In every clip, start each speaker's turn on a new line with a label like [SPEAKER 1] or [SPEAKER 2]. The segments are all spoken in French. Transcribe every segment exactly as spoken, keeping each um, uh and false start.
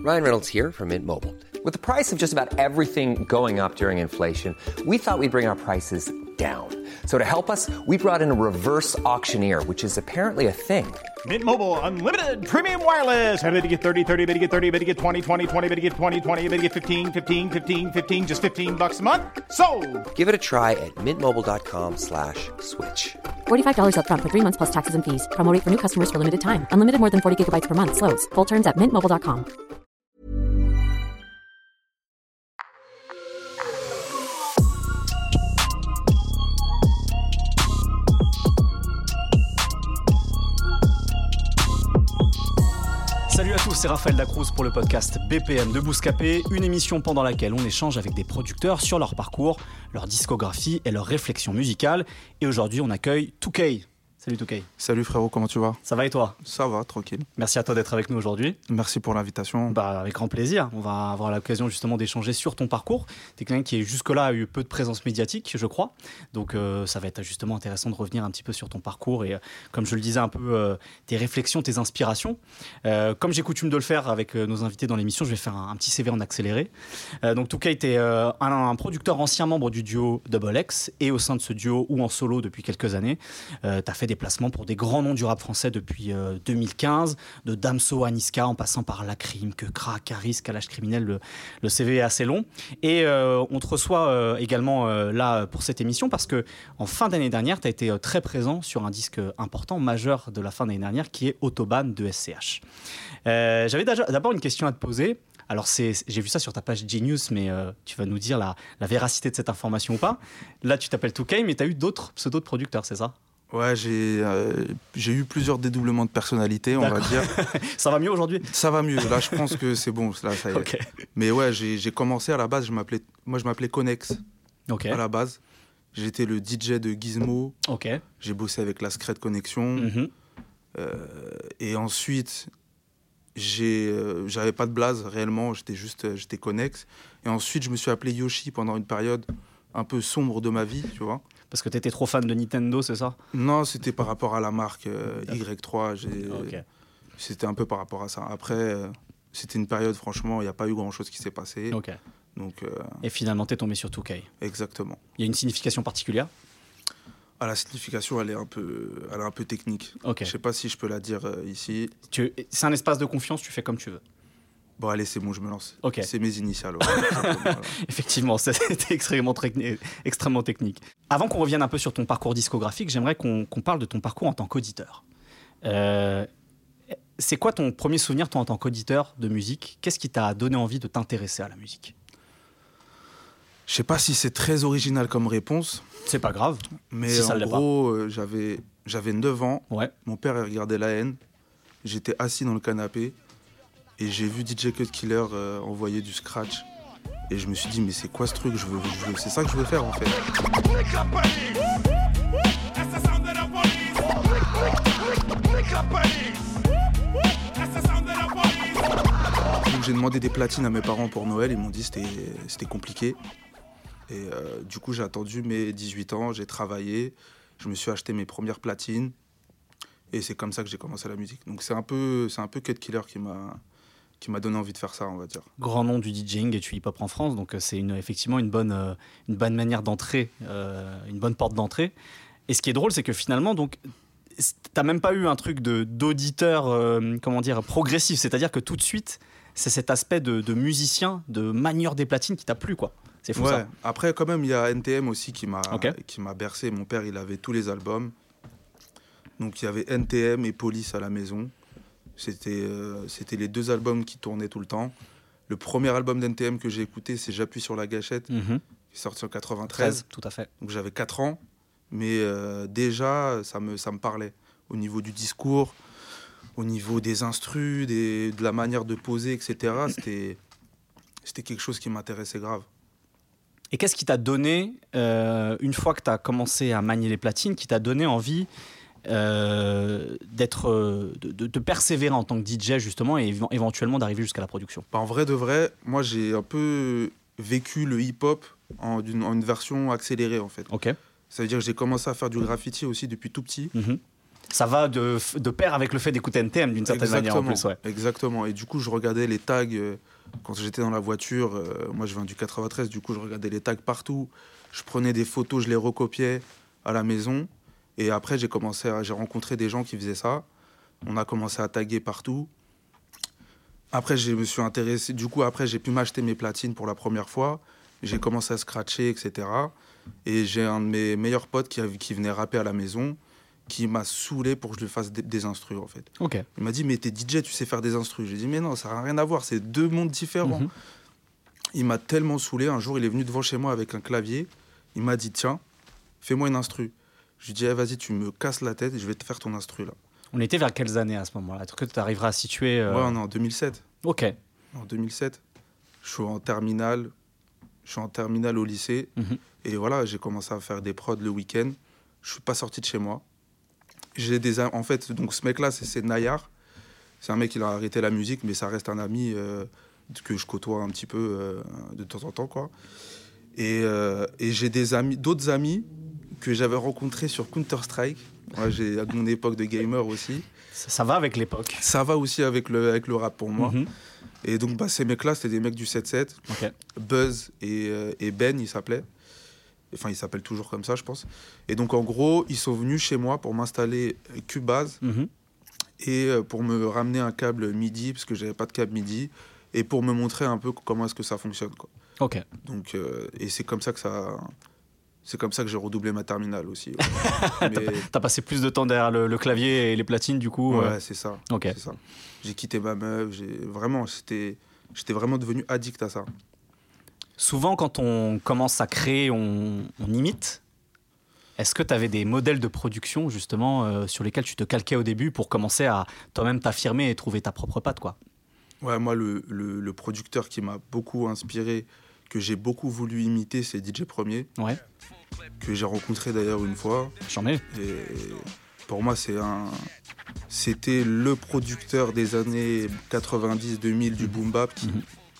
[SPEAKER 1] Ryan Reynolds here from Mint Mobile. With the price of just about everything going up during inflation, we thought we'd bring our prices down. So to help us, we brought in a reverse auctioneer, which is apparently a thing.
[SPEAKER 2] Mint Mobile Unlimited Premium Wireless. How to get thirty, thirty, how to get thirty, how to get twenty, twenty, twenty, how to get twenty, twenty, how to get fifteen, fifteen, fifteen, fifteen, just fifteen bucks a month? Sold!
[SPEAKER 1] Give it a try at mintmobile.com slash switch.
[SPEAKER 3] forty-five dollars up front for three months plus taxes and fees. Promo rate for new customers for limited time. Unlimited more than forty gigabytes per month. Slows full terms at mint mobile dot com.
[SPEAKER 4] Salut à tous, c'est Raphaël Dacruz pour le podcast B P M de Bouscapé, une émission pendant laquelle on échange avec des producteurs sur leur parcours, leur discographie et leur réflexion musicale. Et aujourd'hui, on accueille two K. Salut two K.
[SPEAKER 5] Salut frérot, comment tu vas ?
[SPEAKER 4] Ça va et toi ?
[SPEAKER 5] Ça va, tranquille.
[SPEAKER 4] Merci à toi d'être avec nous aujourd'hui.
[SPEAKER 5] Merci pour l'invitation.
[SPEAKER 4] Bah, avec grand plaisir. On va avoir l'occasion justement d'échanger sur ton parcours. T'es quelqu'un qui jusque-là a eu peu de présence médiatique, je crois. Donc euh, ça va être justement intéressant de revenir un petit peu sur ton parcours et euh, comme je le disais un peu, euh, tes réflexions, tes inspirations. Euh, comme j'ai coutume de le faire avec euh, nos invités dans l'émission, je vais faire un, un petit C V en accéléré. Euh, donc two K était euh, un, un producteur ancien membre du duo Double X et au sein de ce duo ou en solo depuis quelques années, euh, t'as fait des placements pour des grands noms du rap français depuis euh, deux mille quinze, de Damso à Niska en passant par Lacrim, Keukra, Caris, Kalash Criminel, le, le C V est assez long. Et euh, on te reçoit euh, également euh, là pour cette émission parce que en fin d'année dernière, tu as été euh, très présent sur un disque important, majeur de la fin d'année dernière, qui est Autobahn de S C H. Euh, j'avais d'abord une question à te poser. Alors, c'est, j'ai vu ça sur ta page Genius, mais euh, tu vas nous dire la, la véracité de cette information ou pas. Là, tu t'appelles two K, mais tu as eu d'autres pseudos de producteurs, c'est ça ?
[SPEAKER 5] Ouais, j'ai, euh, j'ai eu plusieurs dédoublements de personnalité, on
[SPEAKER 4] D'accord.
[SPEAKER 5] va dire.
[SPEAKER 4] Ça va mieux aujourd'hui ?
[SPEAKER 5] Ça va mieux, là je pense que c'est bon, là ça y est.
[SPEAKER 4] Okay.
[SPEAKER 5] Mais ouais, j'ai, j'ai commencé à la base, je m'appelais, moi je m'appelais Connex
[SPEAKER 4] okay.
[SPEAKER 5] à la base. J'étais le D J de Gizmo,
[SPEAKER 4] okay.
[SPEAKER 5] J'ai bossé avec la Secret Connection.
[SPEAKER 4] Mm-hmm.
[SPEAKER 5] Euh, et ensuite, j'ai, euh, j'avais pas de blaze réellement, j'étais juste j'étais Connex. Et ensuite, je me suis appelé Yoshi pendant une période un peu sombre de ma vie, tu vois.
[SPEAKER 4] Parce que tu étais trop fan de Nintendo, c'est ça ?
[SPEAKER 5] Non, c'était par rapport à la marque euh, Y trois. J'ai...
[SPEAKER 4] Okay.
[SPEAKER 5] C'était un peu par rapport à ça. Après, euh, c'était une période, franchement, il n'y a pas eu grand-chose qui s'est passé.
[SPEAKER 4] Okay.
[SPEAKER 5] Donc, euh...
[SPEAKER 4] Et finalement, tu es tombé sur two K.
[SPEAKER 5] Exactement.
[SPEAKER 4] Il y a une signification particulière ?
[SPEAKER 5] Ah, la signification, elle est un peu, elle est un peu technique.
[SPEAKER 4] Okay.
[SPEAKER 5] Je ne sais pas si je peux la dire euh, ici.
[SPEAKER 4] Tu... C'est un espace de confiance, tu fais comme tu veux.
[SPEAKER 5] Bon, allez, c'est bon, je me lance.
[SPEAKER 4] Okay.
[SPEAKER 5] C'est mes initiales. Ouais, voilà.
[SPEAKER 4] Effectivement, c'était extrêmement, techni- extrêmement technique. Avant qu'on revienne un peu sur ton parcours discographique, j'aimerais qu'on, qu'on parle de ton parcours en tant qu'auditeur. Euh, c'est quoi ton premier souvenir, toi, en tant qu'auditeur de musique ? Qu'est-ce qui t'a donné envie de t'intéresser à la musique ?
[SPEAKER 5] Je ne sais pas si c'est très original comme réponse.
[SPEAKER 4] C'est pas grave.
[SPEAKER 5] Mais
[SPEAKER 4] si ça
[SPEAKER 5] en
[SPEAKER 4] l'est
[SPEAKER 5] gros, euh, j'avais, j'avais neuf ans.
[SPEAKER 4] Ouais.
[SPEAKER 5] Mon père il regardait La Haine. J'étais assis dans le canapé. Et j'ai vu D J Cut Killer euh, envoyer du scratch. Et je me suis dit, mais c'est quoi ce truc ? je veux, je veux, C'est ça que je veux faire, en fait. Donc j'ai demandé des platines à mes parents pour Noël. Ils m'ont dit que c'était, c'était compliqué. Et euh, du coup, j'ai attendu mes dix-huit ans. J'ai travaillé. Je me suis acheté mes premières platines. Et c'est comme ça que j'ai commencé la musique. Donc c'est un peu, c'est un peu Cut Killer qui m'a... qui m'a donné envie de faire ça, on va dire.
[SPEAKER 4] Grand nom du DJing et du hip-hop en France, donc c'est une, effectivement une bonne, euh, une bonne manière d'entrer, euh, une bonne porte d'entrée. Et ce qui est drôle, c'est que finalement, donc, t'as même pas eu un truc de, d'auditeur, euh, comment dire, progressif, c'est-à-dire que tout de suite, c'est cet aspect de, de musicien, de manieur des platines qui t'a plu, quoi. C'est fou,
[SPEAKER 5] ouais.
[SPEAKER 4] ça.
[SPEAKER 5] Après, quand même, il y a N T M aussi qui m'a,
[SPEAKER 4] okay.
[SPEAKER 5] qui m'a bercé. Mon père, il avait tous les albums. Donc il y avait N T M et Police à la maison. C'était, euh, c'était les deux albums qui tournaient tout le temps. Le premier album d'N T M que j'ai écouté, c'est J'appuie sur la gâchette,
[SPEAKER 4] mm-hmm.
[SPEAKER 5] qui est sorti en quatre-vingt-treize.
[SPEAKER 4] treize, tout à fait.
[SPEAKER 5] Donc j'avais quatre ans, mais euh, déjà, ça me, ça me parlait. Au niveau du discours, au niveau des instrus, des, de la manière de poser, et cetera. C'était, c'était quelque chose qui m'intéressait grave.
[SPEAKER 4] Et qu'est-ce qui t'a donné, euh, une fois que tu as commencé à manier les platines, qui t'a donné envie euh, d'être, euh, de, de, de persévérer en tant que D J, justement, et év- éventuellement d'arriver jusqu'à la production?
[SPEAKER 5] Bah, en vrai de vrai, moi, j'ai un peu vécu le hip-hop en, d'une, en une version accélérée, en fait.
[SPEAKER 4] Ok.
[SPEAKER 5] Ça veut dire que j'ai commencé à faire du graffiti aussi depuis tout petit.
[SPEAKER 4] Mm-hmm. Ça va de, de pair avec le fait d'écouter N T M d'une certaine
[SPEAKER 5] Exactement,
[SPEAKER 4] manière en plus. Ouais.
[SPEAKER 5] Exactement. Et du coup, je regardais les tags euh, quand j'étais dans la voiture. Euh, moi, je viens du quatre-vingt-treize, du coup, je regardais les tags partout. Je prenais des photos, je les recopiais à la maison. Et après, j'ai commencé à, j'ai rencontré des gens qui faisaient ça. On a commencé à taguer partout. Après, je me suis intéressé. Du coup, après, j'ai pu m'acheter mes platines pour la première fois. J'ai commencé à scratcher, et cetera. Et j'ai un de mes meilleurs potes qui, qui venait rapper à la maison, qui m'a saoulé pour que je lui fasse des, des instrus, en fait.
[SPEAKER 4] Okay.
[SPEAKER 5] Il m'a dit, mais t'es D J, tu sais faire des instrus. J'ai dit, mais non, ça n'a rien à voir, c'est deux mondes différents. Mm-hmm. Il m'a tellement saoulé. Un jour, il est venu devant chez moi avec un clavier. Il m'a dit, tiens, fais-moi une instru. Je lui ai dit, eh, vas-y, tu me casses la tête et je vais te faire ton instru, là.
[SPEAKER 4] On était vers quelles années à ce moment-là? Est-ce que tu arriveras à situer euh...
[SPEAKER 5] Ouais, on est en deux mille sept.
[SPEAKER 4] Ok.
[SPEAKER 5] En deux mille sept. Je suis en terminale. Je suis en terminale au lycée. Mm-hmm. Et voilà, j'ai commencé à faire des prods le week-end. Je suis pas sorti de chez moi. J'ai des... En fait, donc ce mec-là, c'est, c'est Nayar. C'est un mec qui a arrêté la musique, mais ça reste un ami euh, que je côtoie un petit peu euh, de temps en temps, quoi. Et, euh, et j'ai des amis, d'autres amis que j'avais rencontrés sur Counter-Strike. Moi, j'ai à mon époque de gamer aussi.
[SPEAKER 4] Ça, ça va avec l'époque.
[SPEAKER 5] Ça va aussi avec le, avec le rap pour moi. Mm-hmm. Et donc, bah, ces mecs-là, c'était des mecs du sept sept.
[SPEAKER 4] Okay.
[SPEAKER 5] Buzz et, euh, et Ben, ils s'appelaient. Enfin, ils s'appellent toujours comme ça, je pense. Et donc, en gros, ils sont venus chez moi pour m'installer Cubase mm-hmm. et euh, pour me ramener un câble MIDI, parce que j'avais pas de câble MIDI, et pour me montrer un peu comment est-ce que ça fonctionne, quoi.
[SPEAKER 4] Ok.
[SPEAKER 5] Donc, euh, et c'est comme ça que ça... C'est comme ça que j'ai redoublé ma terminale aussi. Ouais.
[SPEAKER 4] Mais... t'as, t'as passé plus de temps derrière le, le clavier et les platines, du coup.
[SPEAKER 5] Ouais,
[SPEAKER 4] euh...
[SPEAKER 5] c'est ça.
[SPEAKER 4] Okay.
[SPEAKER 5] C'est ça. J'ai quitté ma meuf. J'ai... Vraiment, j'étais... j'étais vraiment devenu addict à ça.
[SPEAKER 4] Souvent, quand on commence à créer, on, on imite. Est-ce que tu avais des modèles de production, justement, euh, sur lesquels tu te calquais au début pour commencer à toi-même t'affirmer et trouver ta propre patte, quoi?
[SPEAKER 5] Ouais, moi, le, le, le producteur qui m'a beaucoup inspiré, que j'ai beaucoup voulu imiter, c'est D J Premier.
[SPEAKER 4] Ouais.
[SPEAKER 5] Que j'ai rencontré d'ailleurs une fois.
[SPEAKER 4] J'en ai.
[SPEAKER 5] Et pour moi, c'est un... c'était le producteur des années quatre-vingt-dix deux mille du boom bap qui, mm-hmm.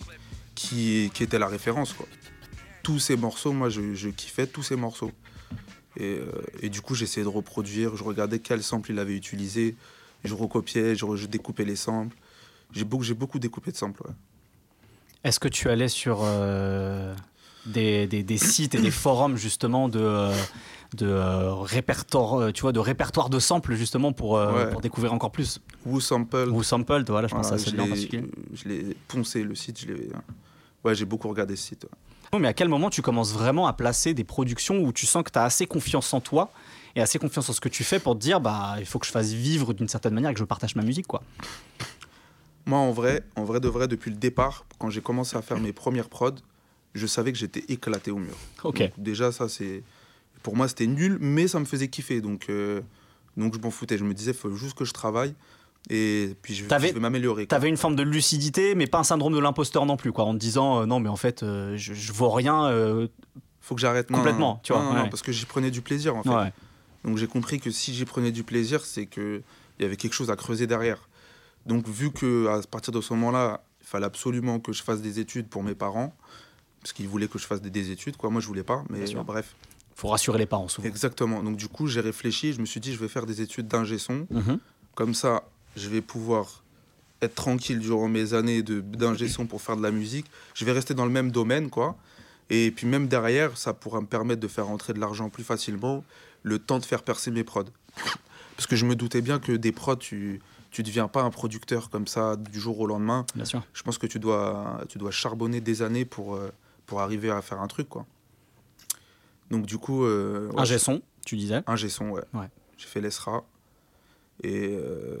[SPEAKER 5] qui, qui était la référence, quoi. Tous ces morceaux, moi, je, je kiffais tous ces morceaux. Et, euh, et du coup, j'essayais de reproduire. Je regardais quel sample il avait utilisé. Je recopiais, je, je découpais les samples. J'ai beaucoup, j'ai beaucoup découpé de samples, ouais.
[SPEAKER 4] Est-ce que tu allais sur euh, des, des, des sites et des forums justement de, euh, de, euh, répertoire, tu vois, de répertoire de samples justement pour, euh, ouais. pour découvrir encore plus?
[SPEAKER 5] WhoSampled.
[SPEAKER 4] WhoSampled, voilà, je pense
[SPEAKER 5] voilà,
[SPEAKER 4] à celui-là en particulier.
[SPEAKER 5] Je l'ai poncé, le site. Je l'ai... Ouais, j'ai beaucoup regardé ce site. Ouais.
[SPEAKER 4] Mais à quel moment tu commences vraiment à placer des productions où tu sens que tu as assez confiance en toi et assez confiance en ce que tu fais pour te dire bah, il faut que je fasse vivre d'une certaine manière et que je partage ma musique, quoi?
[SPEAKER 5] Moi, en vrai, en vrai de vrai, depuis le départ, quand j'ai commencé à faire mes premières prods, je savais que j'étais éclaté au mur.
[SPEAKER 4] Ok.
[SPEAKER 5] Donc, déjà, ça, c'est... Pour moi, c'était nul, mais ça me faisait kiffer. Donc, euh... donc je m'en foutais. Je me disais, il faut juste que je travaille et puis je, je vais m'améliorer.
[SPEAKER 4] Tu avais une forme de lucidité, mais pas un syndrome de l'imposteur non plus, quoi, en te disant, euh, non, mais en fait, euh, je, je vaux rien. Euh...
[SPEAKER 5] Faut que j'arrête.
[SPEAKER 4] Complètement,
[SPEAKER 5] non,
[SPEAKER 4] tu vois.
[SPEAKER 5] Non, non,
[SPEAKER 4] ouais.
[SPEAKER 5] non, parce que j'y prenais du plaisir, en fait.
[SPEAKER 4] Ouais.
[SPEAKER 5] Donc, j'ai compris que si j'y prenais du plaisir, c'est qu'il y avait quelque chose à creuser derrière. Donc, vu qu'à partir de ce moment-là, il fallait absolument que je fasse des études pour mes parents, parce qu'ils voulaient que je fasse des, des études, quoi. Moi, je voulais pas, mais bref.
[SPEAKER 4] Il faut rassurer les parents, souvent.
[SPEAKER 5] Exactement. Donc, du coup, j'ai réfléchi, je me suis dit, je vais faire des études d'ingé son.
[SPEAKER 4] Mm-hmm.
[SPEAKER 5] Comme ça, je vais pouvoir être tranquille durant mes années de, d'ingé son pour faire de la musique. Je vais rester dans le même domaine, quoi. Et puis, même derrière, ça pourra me permettre de faire rentrer de l'argent plus facilement, le temps de faire percer mes prods. Parce que je me doutais bien que des prods, tu... Tu ne deviens pas un producteur comme ça du jour au lendemain.
[SPEAKER 4] Bien sûr.
[SPEAKER 5] Je pense que tu dois, tu dois charbonner des années pour, pour arriver à faire un truc, quoi. Donc du coup... Euh, ouais,
[SPEAKER 4] ingé son, tu disais.
[SPEAKER 5] Ingé son, ouais.
[SPEAKER 4] ouais.
[SPEAKER 5] J'ai fait l'E S R A. Et, euh,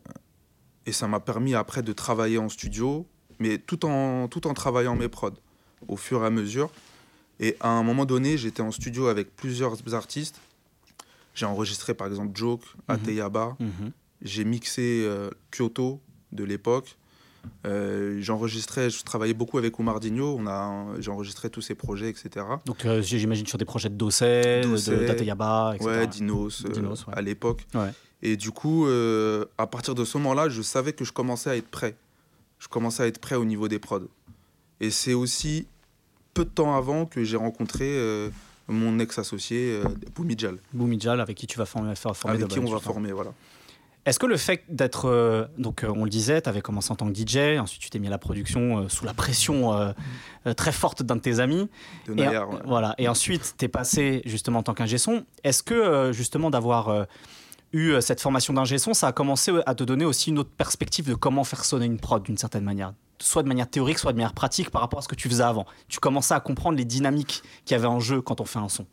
[SPEAKER 5] et ça m'a permis après de travailler en studio, mais tout en, tout en travaillant mes prods, au fur et à mesure. Et à un moment donné, j'étais en studio avec plusieurs artistes. J'ai enregistré par exemple Joke, mm-hmm. Ateyaba.
[SPEAKER 4] Mm-hmm.
[SPEAKER 5] J'ai mixé euh, Kyoto de l'époque. Euh, j'enregistrais, je travaillais beaucoup avec Omar Digno. On a, j'ai enregistré tous ses projets, et cetera.
[SPEAKER 4] Donc euh, j'imagine sur des projets de Dossé, de d'Ateyaba, et cetera.
[SPEAKER 5] Ouais, Dinos, euh, Dinos ouais. à l'époque.
[SPEAKER 4] Ouais.
[SPEAKER 5] Et du coup, euh, à partir de ce moment-là, je savais que je commençais à être prêt. Je commençais à être prêt au niveau des prods. Et c'est aussi peu de temps avant que j'ai rencontré euh, mon ex-associé, euh, Boumidjal.
[SPEAKER 4] Boumidjal, avec qui tu vas former, faire former
[SPEAKER 5] Avec qui on va
[SPEAKER 4] justement.
[SPEAKER 5] former, voilà.
[SPEAKER 4] Est-ce que le fait d'être, euh, donc euh, on le disait, tu avais commencé en tant que D J, ensuite tu t'es mis à la production euh, sous la pression euh, euh, très forte d'un de tes amis.
[SPEAKER 5] De
[SPEAKER 4] Et,
[SPEAKER 5] Nayar, ouais.
[SPEAKER 4] voilà. Et ensuite, tu es passé justement en tant qu'ingé son. Est-ce que euh, justement d'avoir euh, eu euh, cette formation d'ingé son, ça a commencé à te donner aussi une autre perspective de comment faire sonner une prod d'une certaine manière, soit de manière théorique, soit de manière pratique par rapport à ce que tu faisais avant. Tu commençais à comprendre les dynamiques qu'il y avait en jeu quand on fait un son.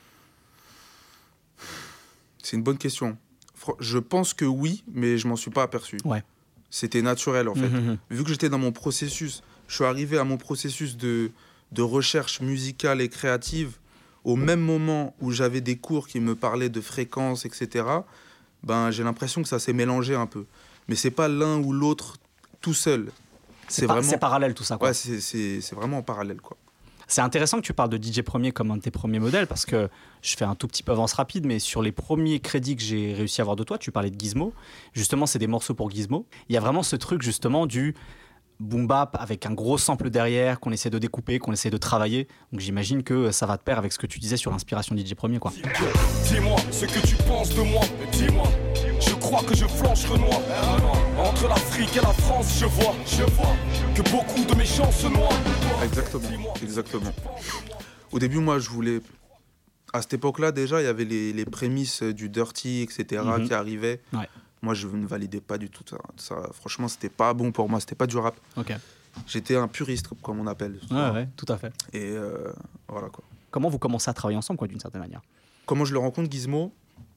[SPEAKER 5] C'est une bonne question. Je pense que oui, mais je m'en suis pas aperçu.
[SPEAKER 4] Ouais.
[SPEAKER 5] C'était naturel, en fait.
[SPEAKER 4] Mmh.
[SPEAKER 5] Vu que j'étais dans mon processus, je suis arrivé à mon processus de, de recherche musicale et créative au même moment où j'avais des cours qui me parlaient de fréquences, et cetera. Ben, j'ai l'impression que ça s'est mélangé un peu. Mais c'est pas l'un ou l'autre tout seul.
[SPEAKER 4] C'est,
[SPEAKER 5] C'est
[SPEAKER 4] par-
[SPEAKER 5] vraiment...
[SPEAKER 4] c'est parallèle tout ça, quoi.
[SPEAKER 5] Ouais, c'est, c'est, c'est vraiment en parallèle, quoi.
[SPEAKER 4] C'est intéressant que tu parles de D J Premier comme un de tes premiers modèles parce que je fais un tout petit peu avance rapide, mais sur les premiers crédits que j'ai réussi à avoir de toi, tu parlais de Gizmo. Justement, c'est des morceaux pour Gizmo. Il y a vraiment ce truc justement du boom bap avec un gros sample derrière qu'on essaie de découper, qu'on essaie de travailler. Donc j'imagine que ça va de pair avec ce que tu disais sur l'inspiration D J Premier, quoi.
[SPEAKER 6] Dis-moi ce que tu penses de moi. Dis-moi, je crois que je flanche Renoir. Entre l'Afrique et la France, je vois, je vois que beaucoup de mes gens se noient.
[SPEAKER 5] Exactement, exactement. Au début, moi, je voulais... À cette époque-là, déjà, il y avait les, les prémices du dirty, et cetera,
[SPEAKER 4] Mhm.
[SPEAKER 5] qui arrivaient.
[SPEAKER 4] Ouais.
[SPEAKER 5] Moi, je ne validais pas du tout ça. ça. Franchement, c'était pas bon pour moi. C'était pas du rap.
[SPEAKER 4] Ok.
[SPEAKER 5] J'étais un puriste, comme on appelle.
[SPEAKER 4] Ouais, ouais, tout à fait.
[SPEAKER 5] Et euh, voilà, quoi.
[SPEAKER 4] Comment vous commencez à travailler ensemble, quoi, d'une certaine manière?
[SPEAKER 5] Comment je le rencontre, Gizmo?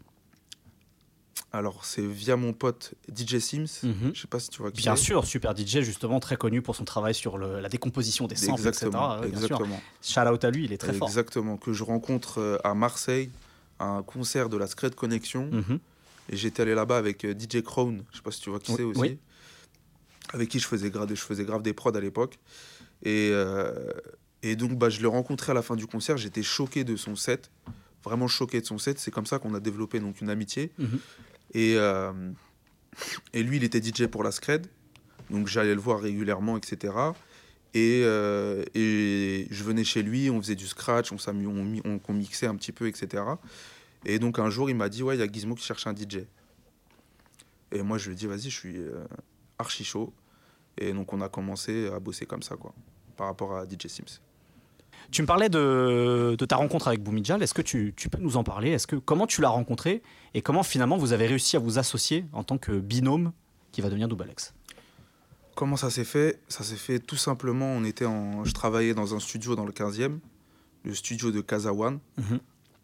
[SPEAKER 5] Alors, c'est via mon pote D J Sims.
[SPEAKER 4] Mhm.
[SPEAKER 5] Je sais pas si tu vois qui
[SPEAKER 4] Bien
[SPEAKER 5] c'est.
[SPEAKER 4] sûr, super D J, justement très connu pour son travail sur le- la décomposition des samples,
[SPEAKER 5] Exactement,
[SPEAKER 4] et cetera. Ouais, bien sûr.
[SPEAKER 5] exactement.
[SPEAKER 4] Shout out à lui, il est très fort.
[SPEAKER 5] Exactement. Que je rencontre euh, à Marseille, à un concert de la Secret Connection.
[SPEAKER 4] Mhm.
[SPEAKER 5] Et j'étais allé là-bas avec euh, D J Crown, je sais pas si tu vois qui
[SPEAKER 4] Oui,
[SPEAKER 5] c'est aussi,
[SPEAKER 4] oui.
[SPEAKER 5] avec qui je faisais, grave, je faisais grave des prods à l'époque. Et, euh, et donc, bah, je l'ai rencontré à la fin du concert, j'étais choqué de son set, vraiment choqué de son set. C'est comme ça qu'on a développé donc, une amitié.
[SPEAKER 4] Mhm.
[SPEAKER 5] Et, euh, et lui, il était D J pour la Scred, donc j'allais le voir régulièrement, et cetera. Et, euh, et je venais chez lui, on faisait du scratch, on, s'amu- on, mi- on, on mixait un petit peu, et cetera. Et donc un jour, il m'a dit, ouais, il y a Gizmo qui cherche un D J. Et moi, je lui ai dit, vas-y, je suis euh, archi chaud. Et donc on a commencé à bosser comme ça, quoi, par rapport à D J Sims.
[SPEAKER 4] Tu me parlais de, de ta rencontre avec Boumidjal. Est-ce que tu, tu peux nous en parler? Est-ce que, comment tu l'as rencontré et comment finalement vous avez réussi à vous associer en tant que binôme qui va devenir Double X?
[SPEAKER 5] Comment ça s'est fait? Ça s'est fait tout simplement, on était en... je travaillais dans un studio dans le quinzième, le studio de Kazawan.
[SPEAKER 4] Mhm.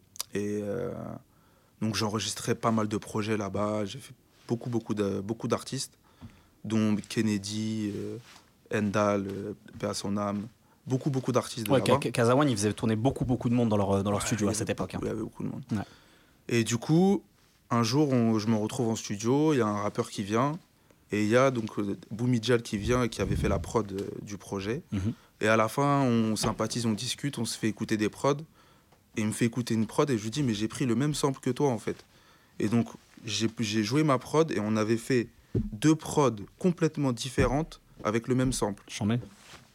[SPEAKER 5] Et euh, donc j'enregistrais pas mal de projets là-bas. J'ai fait beaucoup, beaucoup, de, beaucoup d'artistes, dont Kennedy, euh, Endal, euh, paix à son âme. Beaucoup, beaucoup d'artistes de
[SPEAKER 4] Ouais,
[SPEAKER 5] là-bas.
[SPEAKER 4] Ka- Kazawan, il faisait tourner beaucoup, beaucoup de monde dans leur, dans leur
[SPEAKER 5] Ouais,
[SPEAKER 4] studio
[SPEAKER 5] il y
[SPEAKER 4] à cette
[SPEAKER 5] avait
[SPEAKER 4] époque.
[SPEAKER 5] beaucoup-
[SPEAKER 4] hein.
[SPEAKER 5] Il y avait beaucoup de monde.
[SPEAKER 4] Ouais.
[SPEAKER 5] Et du coup, un jour, on- je me retrouve en studio, il y a un rappeur qui vient, et il y a donc euh, Boumidjal qui vient et qui avait fait la prod euh, du projet.
[SPEAKER 4] Mhm.
[SPEAKER 5] Et à la fin, on sympathise, on discute, on se fait écouter des prods. Et il me fait écouter une prod et je lui dis, mais j'ai pris le même sample que toi, en fait. Et donc, j'ai, j'ai joué ma prod et on avait fait deux prods complètement différentes avec le même sample.
[SPEAKER 4] J'en mets.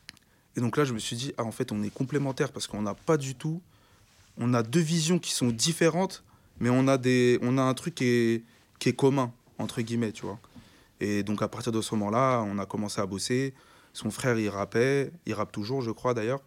[SPEAKER 5] Et donc là, je me suis dit, ah, en fait, on est complémentaires parce qu'on n'a pas du tout... On a deux visions qui sont différentes, mais on a, des, on a un truc qui est, qui est commun, entre guillemets, tu vois. Et donc, à partir de ce moment-là, on a commencé à bosser. Son frère, il rappait. Il rappe toujours, je crois, d'ailleurs.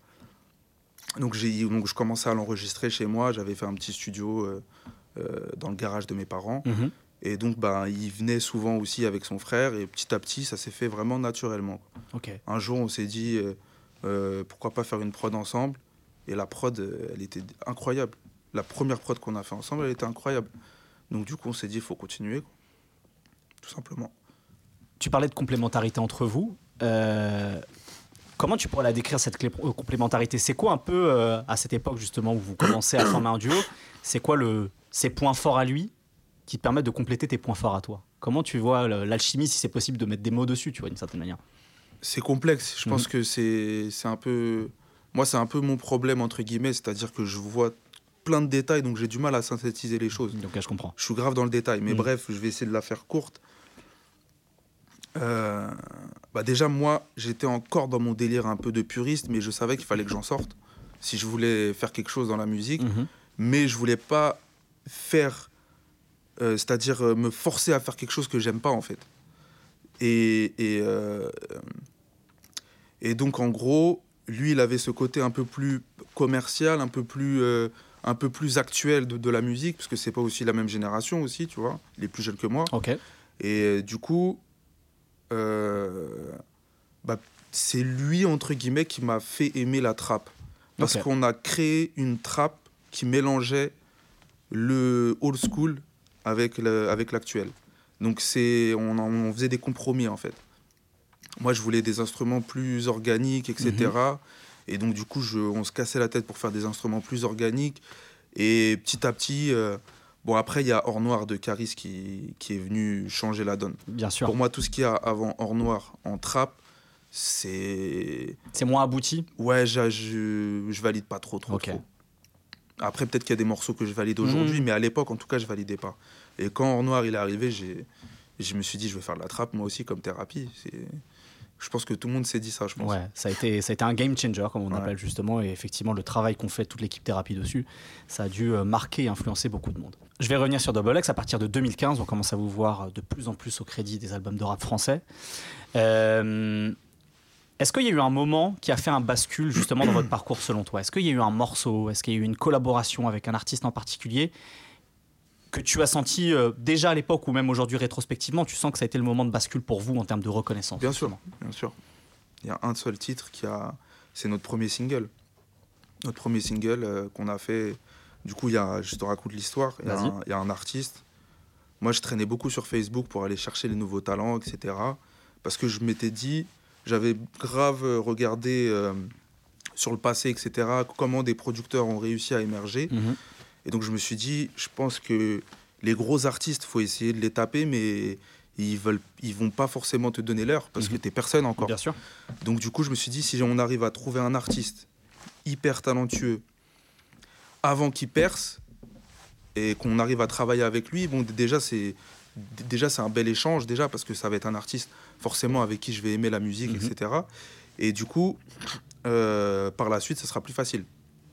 [SPEAKER 5] Donc, j'ai, donc je commençais à l'enregistrer chez moi. J'avais fait un petit studio euh, euh, dans le garage de mes parents.
[SPEAKER 4] Mhm.
[SPEAKER 5] Et donc, ben, il venait souvent aussi avec son frère. Et petit à petit, ça s'est fait vraiment naturellement.
[SPEAKER 4] Ok.
[SPEAKER 5] Un jour, on s'est dit, euh, euh, pourquoi pas faire une prod ensemble? Et la prod, euh, elle était incroyable. La première prod qu'on a fait ensemble, elle était incroyable. Donc du coup, on s'est dit, il faut continuer, quoi. Tout simplement.
[SPEAKER 4] Tu parlais de complémentarité entre vous. Euh, comment tu pourrais la décrire, cette clé- euh, complémentarité? C'est quoi un peu, euh, à cette époque justement où vous commencez à former un duo, c'est quoi le, ses points forts à lui qui te permettent de compléter tes points forts à toi? Comment tu vois le- l'alchimie, si c'est possible de mettre des mots dessus, tu vois, d'une certaine manière?
[SPEAKER 5] C'est complexe. Je
[SPEAKER 4] Mhm.
[SPEAKER 5] pense que c'est, c'est un peu... Moi, c'est un peu mon problème, entre guillemets. C'est-à-dire que je vois plein de détails, donc j'ai du mal à synthétiser les choses.
[SPEAKER 4] Donc là, je comprends.
[SPEAKER 5] Je suis grave dans le détail. Mais
[SPEAKER 4] Mhm.
[SPEAKER 5] bref, je vais essayer de la faire courte. Euh, bah déjà, moi, j'étais encore dans mon délire un peu de puriste, mais je savais qu'il fallait que j'en sorte. si je voulais faire quelque chose dans la musique,
[SPEAKER 4] Mhm.
[SPEAKER 5] mais je voulais pas faire, euh, c'est-à-dire euh, me forcer à faire quelque chose que j'aime pas en fait. Et, et, euh, et donc en gros, lui, il avait ce côté un peu plus commercial, un peu plus, euh, un peu plus actuel de, de la musique, parce que c'est pas aussi la même génération aussi, tu vois. Il est plus jeune que moi.
[SPEAKER 4] Ok.
[SPEAKER 5] Et euh, du coup, euh, bah, c'est lui, entre guillemets, qui m'a fait aimer la trappe. Parce
[SPEAKER 4] Ok.
[SPEAKER 5] qu'on a créé une trappe qui mélangeait le old school avec, le, avec l'actuel. Donc c'est, on, en- on faisait des compromis, en fait. Moi, je voulais des instruments plus organiques, et cetera. Et donc, du coup, je, on se cassait la tête pour faire des instruments plus organiques. Et petit à petit... euh, bon, après, il y a Or Noir de Caris qui, qui est venu changer la donne.
[SPEAKER 4] Bien sûr.
[SPEAKER 5] Pour moi, tout ce qu'il y a avant Or Noir en trap, c'est...
[SPEAKER 4] C'est moins abouti.
[SPEAKER 5] Ouais, je, je, je valide pas trop, trop,
[SPEAKER 4] Ok.
[SPEAKER 5] trop. Après, peut-être qu'il y a des morceaux que je valide aujourd'hui,
[SPEAKER 4] Mhm.
[SPEAKER 5] mais à l'époque, en tout cas, je validais pas. Et quand Or Noir il est arrivé, j'ai, je me suis dit, je vais faire de la trappe, moi aussi, comme thérapie. C'est... Je pense que tout le monde s'est dit ça, je pense.
[SPEAKER 4] Ouais, ça a été, ça a été un game changer, comme on
[SPEAKER 5] Ouais.
[SPEAKER 4] appelle justement, et effectivement, le travail qu'on fait, toute l'équipe thérapie dessus, ça a dû euh, marquer et influencer beaucoup de monde. Je vais revenir sur Double X. À partir de deux mille quinze, on commence à vous voir de plus en plus au crédit des albums de rap français. Euh, Est-ce qu'il y a eu un moment qui a fait un bascule justement dans votre parcours selon toi? Est-ce qu'il y a eu un morceau? Est-ce qu'il y a eu une collaboration avec un artiste en particulier que tu as senti euh, déjà à l'époque ou même aujourd'hui rétrospectivement? Tu sens que ça a été le moment de bascule pour vous en termes de reconnaissance?
[SPEAKER 5] Bien sûr,
[SPEAKER 4] justement.
[SPEAKER 5] bien sûr. Il y a un seul titre qui a... C'est notre premier single. Notre premier single euh, qu'on a fait... Du coup, il y a... je te raconte l'histoire. Il y, a
[SPEAKER 4] Vas-y.
[SPEAKER 5] un... il y a un artiste. Moi, je traînais beaucoup sur Facebook pour aller chercher les nouveaux talents, et cetera. Parce que je m'étais dit... J'avais grave regardé euh, sur le passé, et cetera, comment des producteurs ont réussi à émerger.
[SPEAKER 4] Mhm.
[SPEAKER 5] Et donc, je me suis dit, je pense que les gros artistes, il faut essayer de les taper, mais ils veulent, ils vont pas forcément te donner l'heure parce
[SPEAKER 4] Mhm.
[SPEAKER 5] que t'es personne encore.
[SPEAKER 4] Bien sûr.
[SPEAKER 5] Donc, du coup, je me suis dit, si on arrive à trouver un artiste hyper talentueux avant qu'il perce et qu'on arrive à travailler avec lui, bon, d- déjà, c'est d- déjà c'est un bel échange, déjà, parce que ça va être un artiste forcément avec qui je vais aimer la musique,
[SPEAKER 4] Mhm.
[SPEAKER 5] et cetera. Et du coup, euh, par la suite, ça sera plus facile.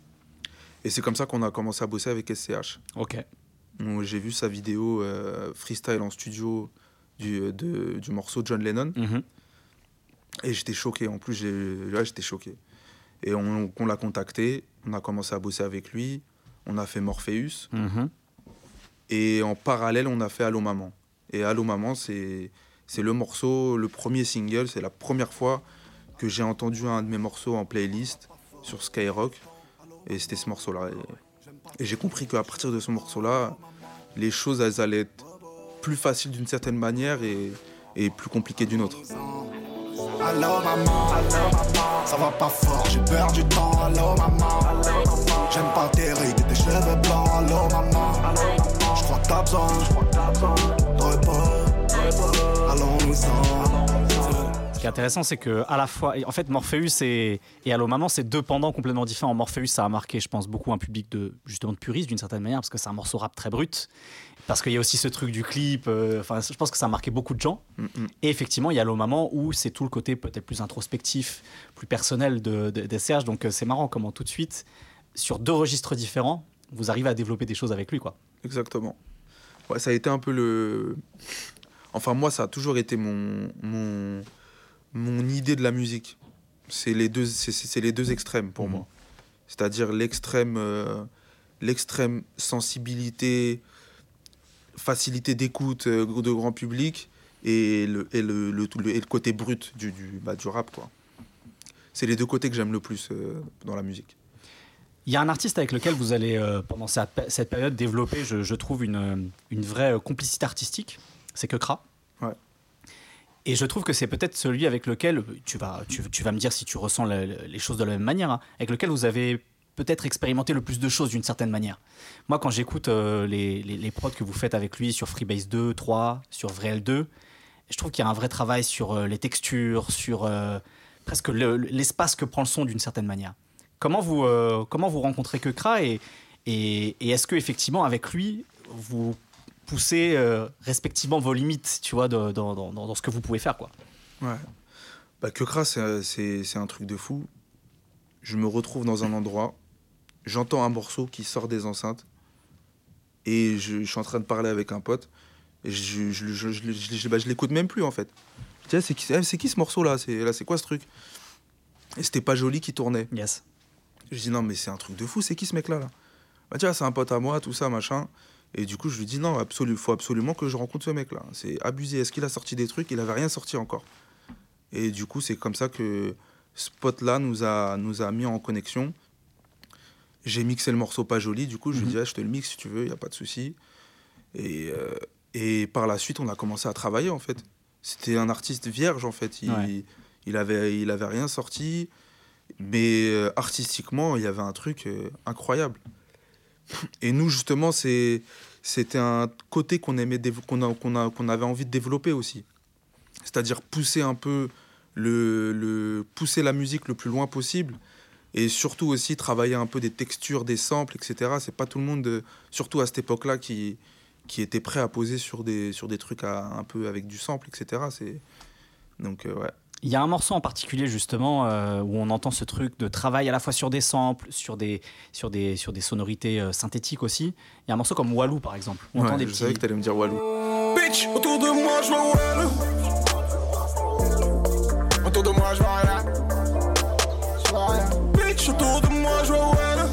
[SPEAKER 5] Et c'est comme ça qu'on a commencé à bosser avec S C H.
[SPEAKER 4] Ok.
[SPEAKER 5] Donc, j'ai vu sa vidéo euh, freestyle en studio du, de- du morceau John Lennon.
[SPEAKER 4] Mhm.
[SPEAKER 5] Et j'étais choqué. En plus, j'ai, là, j'étais choqué. Et on, on l'a contacté. On a commencé à bosser avec lui. On a fait Morpheus.
[SPEAKER 4] Mhm.
[SPEAKER 5] Et en parallèle, on a fait Allô Maman. Et Allô Maman, c'est, c'est le morceau, le premier single. C'est la première fois que j'ai entendu un de mes morceaux en playlist sur Skyrock. Et c'était ce morceau-là. Et, et j'ai compris qu'à partir de ce morceau-là, les choses, elles allaient être plus faciles d'une certaine manière et, et plus compliquées d'une autre.
[SPEAKER 7] Allô maman, ça va pas fort, j'ai peur du temps. Allô maman, j'aime pas tes rides et tes cheveux blancs. Allô maman, je crois que t'as besoin de repos. Allons-nous-en.
[SPEAKER 4] Ce qui est intéressant, c'est que à la fois, en fait, Morpheus et, et Allô Maman, c'est deux pendants complètement différents. Morpheus, ça a marqué, je pense, beaucoup un public de justement de puristes d'une certaine manière, parce que c'est un morceau rap très brut, parce qu'il y a aussi ce truc du clip. euh, Enfin, je pense que ça a marqué beaucoup de gens.
[SPEAKER 5] Mm-mm.
[SPEAKER 4] Et effectivement, il y a Allô Maman où c'est tout le côté peut-être plus introspectif, plus personnel de, de, de Serge. Donc euh, c'est marrant comment tout de suite, sur deux registres différents, vous arrivez à développer des choses avec lui, quoi.
[SPEAKER 5] Exactement. Ouais, ça a été un peu le... Enfin, moi, ça a toujours été mon, mon, mon idée de la musique. C'est les deux, c'est, c'est les deux extrêmes pour
[SPEAKER 4] Mhm.
[SPEAKER 5] moi. C'est-à-dire l'extrême, euh, l'extrême sensibilité, facilité d'écoute euh, de grand public et le, et le, le, le- et le côté brut du, du, bah, du rap, quoi. C'est les deux côtés que j'aime le plus euh, dans la musique.
[SPEAKER 4] Il y a un artiste avec lequel vous allez, euh, pendant cette, cette période, développer, je, je trouve, une, une vraie euh, complicité artistique. C'est Keukra.
[SPEAKER 5] Ouais.
[SPEAKER 4] Et je trouve que c'est peut-être celui avec lequel, tu vas, tu, tu vas me dire si tu ressens le- le- les choses de la même manière, hein, avec lequel vous avez peut-être expérimenté le plus de choses d'une certaine manière. Moi, quand j'écoute euh, les, les, les prods que vous faites avec lui sur Freebase deux, trois, sur Vrel deux, je trouve qu'il y a un vrai travail sur euh, les textures, sur euh, presque le- l'espace que prend le son d'une certaine manière. Comment vous, euh, comment vous rencontrez Keukra et, et, et est-ce que effectivement avec lui vous poussez euh, respectivement vos limites, tu vois, de- dans, dans, dans ce que vous pouvez faire, quoi.
[SPEAKER 5] Ouais. Bah, Keukra, c'est, c'est, c'est un truc de fou. je me retrouve dans un endroit, j'entends un morceau qui sort des enceintes, et je, je suis en train de parler avec un pote, et je, je, je, je, je, je, bah, je l'écoute même plus en fait. Je dis, ah, c'est, qui, c'est qui ce morceau-là, c'est, là, c'est quoi ce truc? Et c'était Pas Joli qui tournait.
[SPEAKER 4] Yes.
[SPEAKER 5] Je dis, non, mais c'est un truc de fou, c'est qui ce mec-là là? Bah, tiens, c'est un pote à moi, tout ça, machin. Et du coup, je lui dis, non, il faut absolument que je rencontre ce mec-là. C'est abusé. Est-ce qu'il a sorti des trucs? Il n'avait rien sorti encore. Et du coup, c'est comme ça que ce pote-là nous a, nous a mis en connexion. J'ai mixé le morceau Pas Joli. Du coup, je lui dis, ah, je te le mixe si tu veux, il n'y a pas de souci. Et, euh, et par la suite, on a commencé à travailler, en fait. C'était un artiste vierge, en fait. Il,
[SPEAKER 4] Ouais.
[SPEAKER 5] il, avait, il avait rien sorti. Mais euh, artistiquement, il y avait un truc euh, incroyable. Et nous, justement, c'est, c'était un côté qu'on, aimait dév- qu'on, a, qu'on, a, qu'on avait envie de développer aussi. C'est-à-dire pousser un peu, le, le, pousser la musique le plus loin possible. Et surtout aussi travailler un peu des textures, des samples, et cetera. C'est pas tout le monde, de, surtout à cette époque-là, qui, qui était prêt à poser sur des, sur des trucs à, un peu avec du sample, et cetera. C'est... Donc, euh, ouais.
[SPEAKER 4] Il y a un morceau en particulier justement euh, où on entend ce truc de travail à la fois sur des samples, sur des, sur des, sur des sonorités euh, synthétiques aussi. Il y a un morceau comme Walou par exemple. Où on
[SPEAKER 5] Ouais,
[SPEAKER 4] entend des
[SPEAKER 5] je
[SPEAKER 4] petits...
[SPEAKER 5] savais que t'allais me dire Walou.
[SPEAKER 6] Bitch, autour de moi, je vois Walou. Autour de moi, je vois rien. Je vois rien. Bitch, autour de moi, je vois Walou.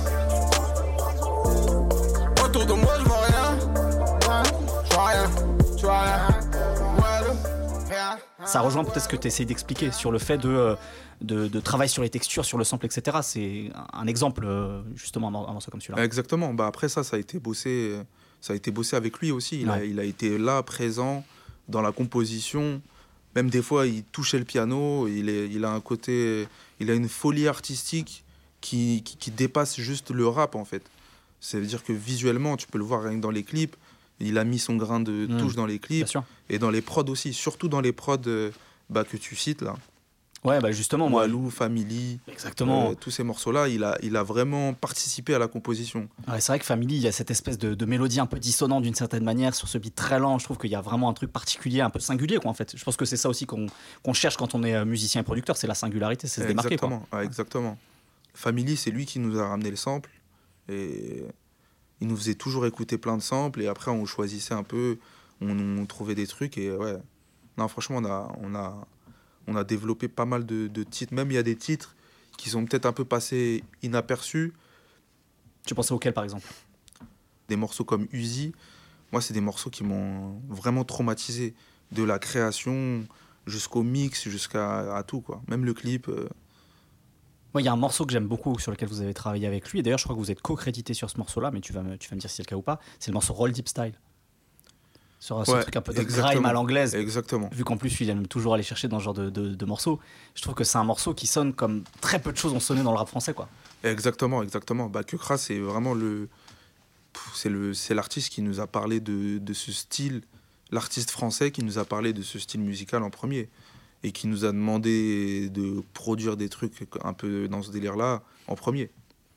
[SPEAKER 6] Autour de moi, je vois rien. Je vois rien. Je vois rien. Walou. Rien.
[SPEAKER 4] Ça rejoint peut-être ce que tu essayes d'expliquer sur le fait de, euh, de, de travail sur les textures, sur le sample, et cetera. C'est un, un exemple, euh, justement, un morceau comme celui-là.
[SPEAKER 5] Exactement. Bah, après ça, ça a été bossé, ça a été bossé avec lui aussi. Il,
[SPEAKER 4] Ouais.
[SPEAKER 5] a, il a été là, présent, dans la composition. Même des fois, il touchait le piano. Il, est, il a un côté... Il a une folie artistique qui, qui, qui dépasse juste le rap, en fait. Ça veut dire que visuellement, tu peux le voir rien que dans les clips. Il a mis son grain de
[SPEAKER 4] Mmh.
[SPEAKER 5] touche dans les
[SPEAKER 4] Bien
[SPEAKER 5] clips.
[SPEAKER 4] sûr.
[SPEAKER 5] Et dans les prods aussi. Surtout dans les prods euh, bah, que tu cites, là.
[SPEAKER 4] Ouais, bah justement, moi.
[SPEAKER 5] Walou, Family...
[SPEAKER 4] Exactement.
[SPEAKER 5] Euh, tous ces morceaux-là, il a, il a vraiment participé à la composition.
[SPEAKER 4] Ouais, c'est vrai que Family, il y a cette espèce de, de mélodie un peu dissonante d'une certaine manière sur ce beat très lent. Je trouve qu'il y a vraiment un truc particulier, un peu singulier, quoi, en fait. Je pense que c'est ça aussi qu'on, qu'on cherche quand on est euh, musicien et producteur, c'est la singularité, c'est se démarquer, quoi.
[SPEAKER 5] Exactement, ouais, exactement. Family, c'est lui qui nous a ramené le sample. Et il nous faisait toujours écouter plein de samples. Et après, on choisissait un peu, on, on trouvait des trucs. Et ouais, non, franchement, on a, on a, on a développé pas mal de, de titres. Même il y a des titres qui sont peut-être un peu passés inaperçus.
[SPEAKER 4] Tu pensais auquel, par exemple?
[SPEAKER 5] Des morceaux comme Uzi, moi, c'est des morceaux qui m'ont vraiment traumatisé. De la création jusqu'au mix, jusqu'à à tout, quoi. Même le clip. Euh...
[SPEAKER 4] Moi, il y a un morceau que j'aime beaucoup sur lequel vous avez travaillé avec lui. Et d'ailleurs, je crois que vous êtes co-crédité sur ce morceau-là, mais tu vas me, tu vas me dire si c'est le cas ou pas. C'est le morceau Roll Deep Style. Sur ce
[SPEAKER 5] Ouais,
[SPEAKER 4] truc un peu de
[SPEAKER 5] exactement.
[SPEAKER 4] grime à l'anglaise.
[SPEAKER 5] Exactement.
[SPEAKER 4] Vu qu'en plus, il aime toujours aller chercher dans ce genre de, de, de morceaux. Je trouve que c'est un morceau qui sonne comme très peu de choses ont sonné dans le rap français, quoi.
[SPEAKER 5] Exactement, exactement. Bah, Keukra, c'est vraiment le... C'est, le... c'est l'artiste qui nous a parlé de, de ce style, l'artiste français qui nous a parlé de ce style musical en premier. Et qui nous a demandé de produire des trucs un peu dans ce délire-là en premier.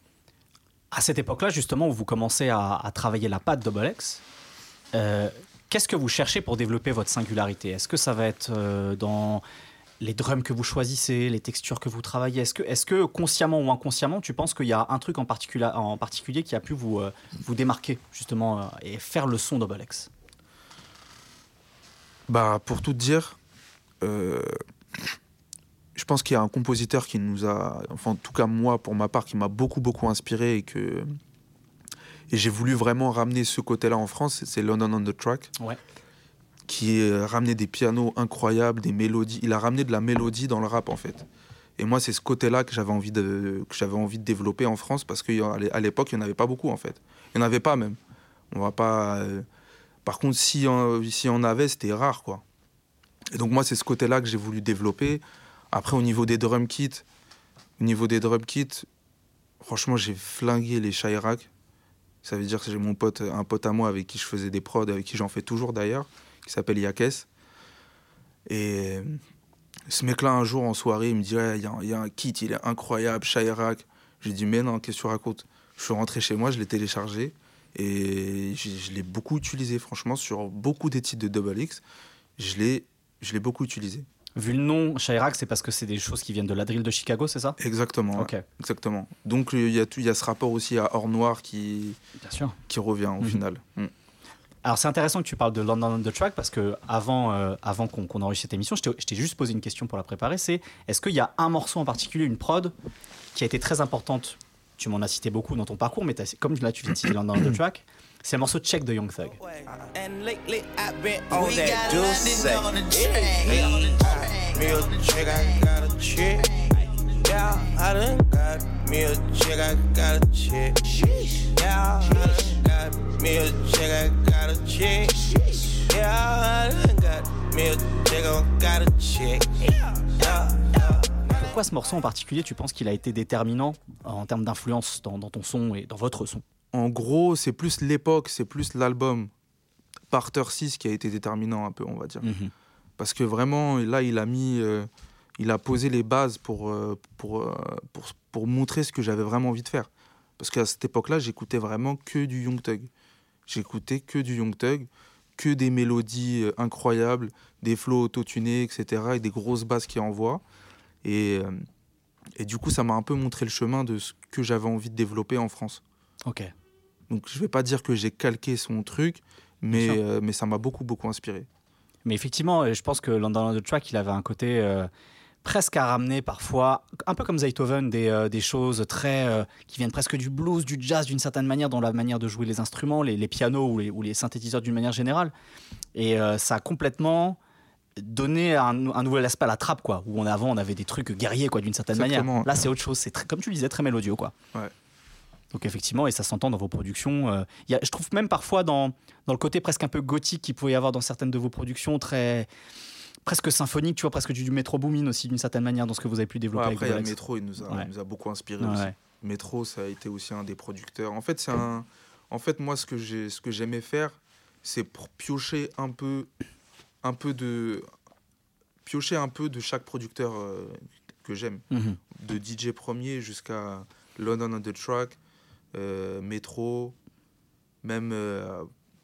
[SPEAKER 4] À cette époque-là, justement, où vous commencez à, à travailler la patte Double X, euh, qu'est-ce que vous cherchez pour développer votre singularité? Est-ce que ça va être euh, dans les drums que vous choisissez, les textures que vous travaillez? Est-ce que, est-ce que consciemment ou inconsciemment, tu penses qu'il y a un truc en, particula- en particulier qui a pu vous, euh, vous démarquer, justement, euh, et faire le son Double X?
[SPEAKER 5] Bah, pour tout te dire, euh, je pense qu'il y a un compositeur qui nous a, enfin en tout cas moi pour ma part, qui m'a beaucoup beaucoup inspiré et que et j'ai voulu vraiment ramener ce côté-là en France. C'est London on the Track,
[SPEAKER 4] Ouais.
[SPEAKER 5] qui a ramené des pianos incroyables, des mélodies. Il a ramené de la mélodie dans le rap en fait. Et moi c'est ce côté-là que j'avais envie de que j'avais envie de développer en France parce qu'à l'époque il n'y en avait pas beaucoup en fait. Il n'y en avait pas même. On va pas. Euh... Par contre si on, si on avait c'était rare quoi. Et donc moi, c'est ce côté-là que j'ai voulu développer. Après, au niveau des drum kits, au niveau des drum kits, franchement, j'ai flingué les Chirac. Ça veut dire que j'ai mon pote, un pote à moi avec qui je faisais des prods, avec qui j'en fais toujours d'ailleurs, qui s'appelle Yakes. Et ce mec-là, un jour en soirée, il me dit ouais, « il y, y a un kit, il est incroyable, Chirac. » J'ai dit « mais non, qu'est-ce que tu racontes ?» Je suis rentré chez moi, je l'ai téléchargé et je, je l'ai beaucoup utilisé, franchement, sur beaucoup des titres de Double X. Je l'ai Je l'ai beaucoup utilisé.
[SPEAKER 4] Vu le nom, Chirac, c'est parce que c'est des choses qui viennent de la drill de Chicago, c'est ça?
[SPEAKER 5] Exactement.
[SPEAKER 4] Ok.
[SPEAKER 5] Ouais. Exactement. Donc il y, y a ce rapport aussi à Or Noir qui,
[SPEAKER 4] Bien sûr.
[SPEAKER 5] qui revient au
[SPEAKER 4] Mhm.
[SPEAKER 5] final. Mm.
[SPEAKER 4] Alors c'est intéressant que tu parles de London on the Track parce que avant, euh, avant qu'on, qu'on enregistre cette émission, je t'ai, je t'ai juste posé une question pour la préparer. C'est est-ce qu'il y a un morceau en particulier, une prod, qui a été très importante? Tu m'en as cité beaucoup dans ton parcours, mais t'as- comme là tu viens de citer London on the Track, c'est le morceau Check de Young Thug.
[SPEAKER 8] And lately I've been on that juice. Me a chick, I got a chick. Yeah, I done got me a chick, I got a chick. Yeah, I done got me a chick, I got a chick. Yeah, I done got me a chick, I got a chick. Yeah, yeah.
[SPEAKER 4] Pourquoi ce morceau en particulier, tu penses qu'il a été déterminant en termes d'influence dans, dans ton son et dans votre son?
[SPEAKER 5] En gros, c'est plus l'époque, c'est plus l'album Parter six qui a été déterminant un peu, on va dire.
[SPEAKER 4] Mhm.
[SPEAKER 5] Parce que vraiment, là, il a mis, euh, il a posé les bases pour, euh, pour, euh, pour, pour montrer ce que j'avais vraiment envie de faire. Parce qu'à cette époque-là, j'écoutais vraiment que du Young Thug. J'écoutais que du Young Thug, que des mélodies euh, incroyables, des flows autotunés, et cetera, et des grosses basses qui envoient. Et, euh, et du coup, ça m'a un peu montré le chemin de ce que j'avais envie de développer en France.
[SPEAKER 4] Ok.
[SPEAKER 5] Donc, je vais pas dire que j'ai calqué son truc, mais, euh, mais ça m'a beaucoup, beaucoup inspiré.
[SPEAKER 4] Mais effectivement, je pense que London on the Track, il avait un côté euh, presque à ramener parfois, un peu comme Zaytoven, des, euh, des choses très euh, qui viennent presque du blues, du jazz d'une certaine manière, dans la manière de jouer les instruments, les, les pianos ou les, ou les synthétiseurs d'une manière générale. Et euh, ça a complètement donné un, un nouvel aspect à la trappe, quoi. Où on, avant, on avait des trucs guerriers, quoi, d'une certaine
[SPEAKER 5] Exactement.
[SPEAKER 4] manière. Là, c'est autre chose. C'est très, comme tu le disais, très mélodieux, quoi.
[SPEAKER 5] Ouais.
[SPEAKER 4] Donc effectivement, et ça s'entend dans vos productions. Euh, y a, je trouve même parfois dans, dans le côté presque un peu gothique qu'il pouvait y avoir dans certaines de vos productions, très presque symphonique, tu vois, presque du, du Metro Boomin aussi d'une certaine manière dans ce que vous avez pu
[SPEAKER 5] Ouais,
[SPEAKER 4] développer
[SPEAKER 5] après, il y a
[SPEAKER 4] avec
[SPEAKER 5] Metro, il nous a,
[SPEAKER 4] Ouais.
[SPEAKER 5] il nous a beaucoup inspiré
[SPEAKER 4] Ouais,
[SPEAKER 5] aussi.
[SPEAKER 4] ouais.
[SPEAKER 5] Metro, ça a été aussi un des producteurs. En fait, c'est un... en fait moi, ce que, j'ai... ce que j'aimais faire, c'est pour piocher un peu, un peu de... piocher un peu de chaque producteur euh, que j'aime.
[SPEAKER 4] Mhm.
[SPEAKER 5] De D J Premier jusqu'à London on the Track, euh, Metro, même euh,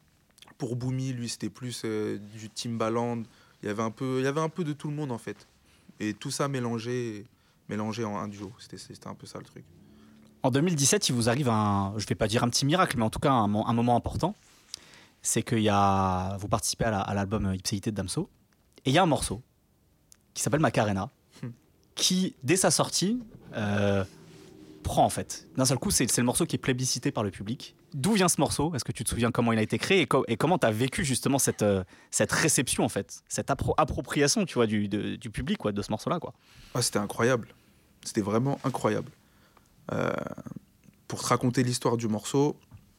[SPEAKER 5] pour Boomy, lui, c'était plus euh, du Timbaland. Il y avait un peu, il y avait un peu de tout le monde, en fait. Et tout ça mélangé, mélangé en un duo. C'était, c'était un peu ça, le truc.
[SPEAKER 4] En deux mille dix-sept, il vous arrive un, je vais pas dire un petit miracle, mais en tout cas un, mo- un moment important. C'est qu'il y a, vous participez à, la- à l'album Ipséité de Damso, et il y a un morceau qui s'appelle Macarena,
[SPEAKER 5] Hmm.
[SPEAKER 4] qui dès sa sortie euh, prend en fait. D'un seul coup, c'est, c'est le morceau qui est plébiscité par le public. D'où vient ce morceau? Est-ce que tu te souviens comment il a été créé et, co- et comment tu as vécu justement cette, euh, cette réception en fait, cette appro- appropriation, tu vois, du, de- du public quoi, de ce morceau-là quoi.
[SPEAKER 5] Ah, c'était incroyable. C'était vraiment incroyable. Euh, pour te raconter l'histoire du morceau,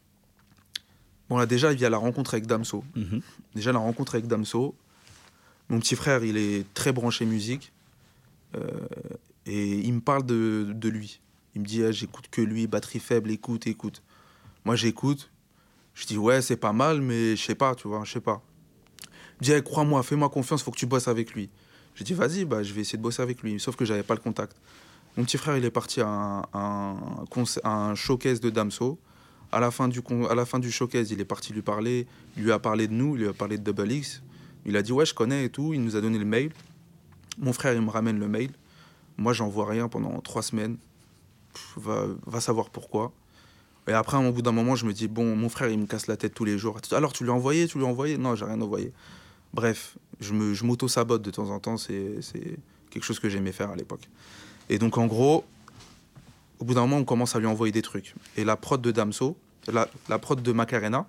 [SPEAKER 5] bon là déjà il y a la rencontre avec Damso.
[SPEAKER 4] Mhm.
[SPEAKER 5] Déjà la rencontre avec Damso. Mon petit frère, il est très branché musique euh, et il me parle de, de lui. Il me dit ah, j'écoute que lui, batterie faible, écoute, écoute. Moi j'écoute, je dis ouais c'est pas mal mais je sais pas, tu vois, je sais pas. Il me dit hey, crois-moi, fais-moi confiance, faut que tu bosses avec lui. Je dis vas-y, bah, je vais essayer de bosser avec lui, sauf que j'avais pas le contact. Mon petit frère, il est parti à un, un, concert- un showcase de Damso. À la, fin du con- à la fin du showcase, il est parti lui parler. Il lui a parlé de nous, il lui a parlé de Double X. Il a dit ouais, je connais et tout. Il nous a donné le mail. Mon frère, il me ramène le mail. Moi, j'en vois rien pendant trois semaines. Pff, va, va savoir pourquoi. Et après, au bout d'un moment, je me dis bon, mon frère, il me casse la tête tous les jours. Alors, tu lui as envoyé, tu lui as envoyé? Non, j'ai rien envoyé. Bref, je, me, je m'auto-sabote de temps en temps. C'est, c'est quelque chose que j'aimais faire à l'époque. Et donc, en gros, au bout d'un moment, on commence à lui envoyer des trucs. Et la prod de Damso, la, la prod de Macarena,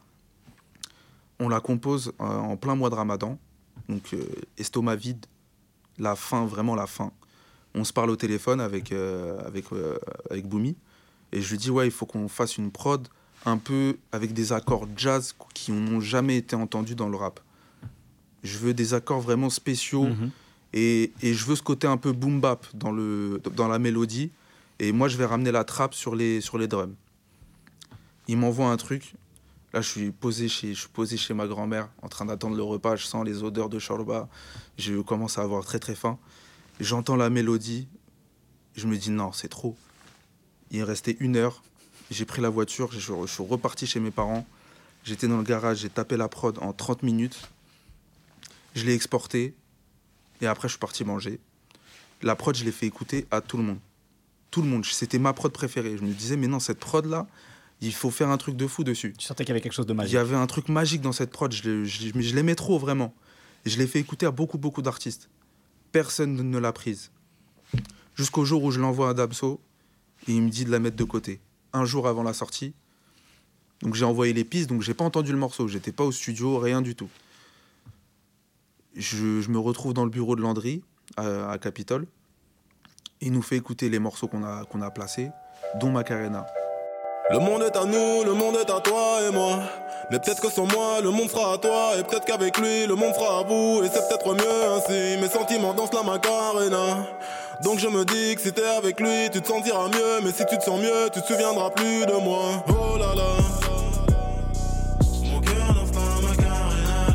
[SPEAKER 5] on la compose euh, en plein mois de Ramadan. Donc, euh, estomac vide, la fin, vraiment la fin. On se parle au téléphone avec, euh, avec, euh, avec Boomy. Et je lui dis, ouais, il faut qu'on fasse une prod un peu avec des accords jazz qui n'ont jamais été entendus dans le rap. Je veux des accords vraiment spéciaux.
[SPEAKER 4] Mhm.
[SPEAKER 5] Et, et je veux ce côté un peu boom bap dans, le, dans la mélodie. Et moi, je vais ramener la trappe sur les, sur les drums. Il m'envoie un truc. Là, je suis posé chez, je suis posé chez ma grand-mère, en train d'attendre le repas. Je sens les odeurs de shorba. Je commence à avoir très, très faim. J'entends la mélodie. Je me dis, non, c'est trop. Il est resté une heure. J'ai pris la voiture. Je, je suis reparti chez mes parents. J'étais dans le garage. J'ai tapé la prod en trente minutes. Je l'ai exporté. Et après, je suis parti manger. La prod, je l'ai fait écouter à tout le monde. Tout le monde. C'était ma prod préférée. Je me disais, mais non, cette prod-là, il faut faire un truc de fou dessus.
[SPEAKER 4] Tu sentais qu'il y avait quelque chose de magique.
[SPEAKER 5] Il y avait un truc magique dans cette prod. Je, je, je, je l'aimais trop, vraiment. Et je l'ai fait écouter à beaucoup, beaucoup d'artistes. Personne ne l'a prise. Jusqu'au jour où je l'envoie à Damso et il me dit de la mettre de côté. Un jour avant la sortie. Donc j'ai envoyé les pistes, donc j'ai pas entendu le morceau. J'étais pas au studio, rien du tout. Je, je me retrouve dans le bureau de Landry, à, à Capitole. Il nous fait écouter les morceaux qu'on a, qu'on a placés, dont Macarena.
[SPEAKER 9] Le monde est à nous, le monde est à toi et moi. Mais peut-être que sans moi, le monde sera à toi. Et peut-être qu'avec lui, le monde sera à vous. Et c'est peut-être mieux ainsi. Mes sentiments dansent la Macarena. Donc je me dis que si t'es avec lui, tu te sentiras mieux. Mais si tu te sens mieux, tu te souviendras plus de moi. Oh là là. Mon cœur danse la Macarena.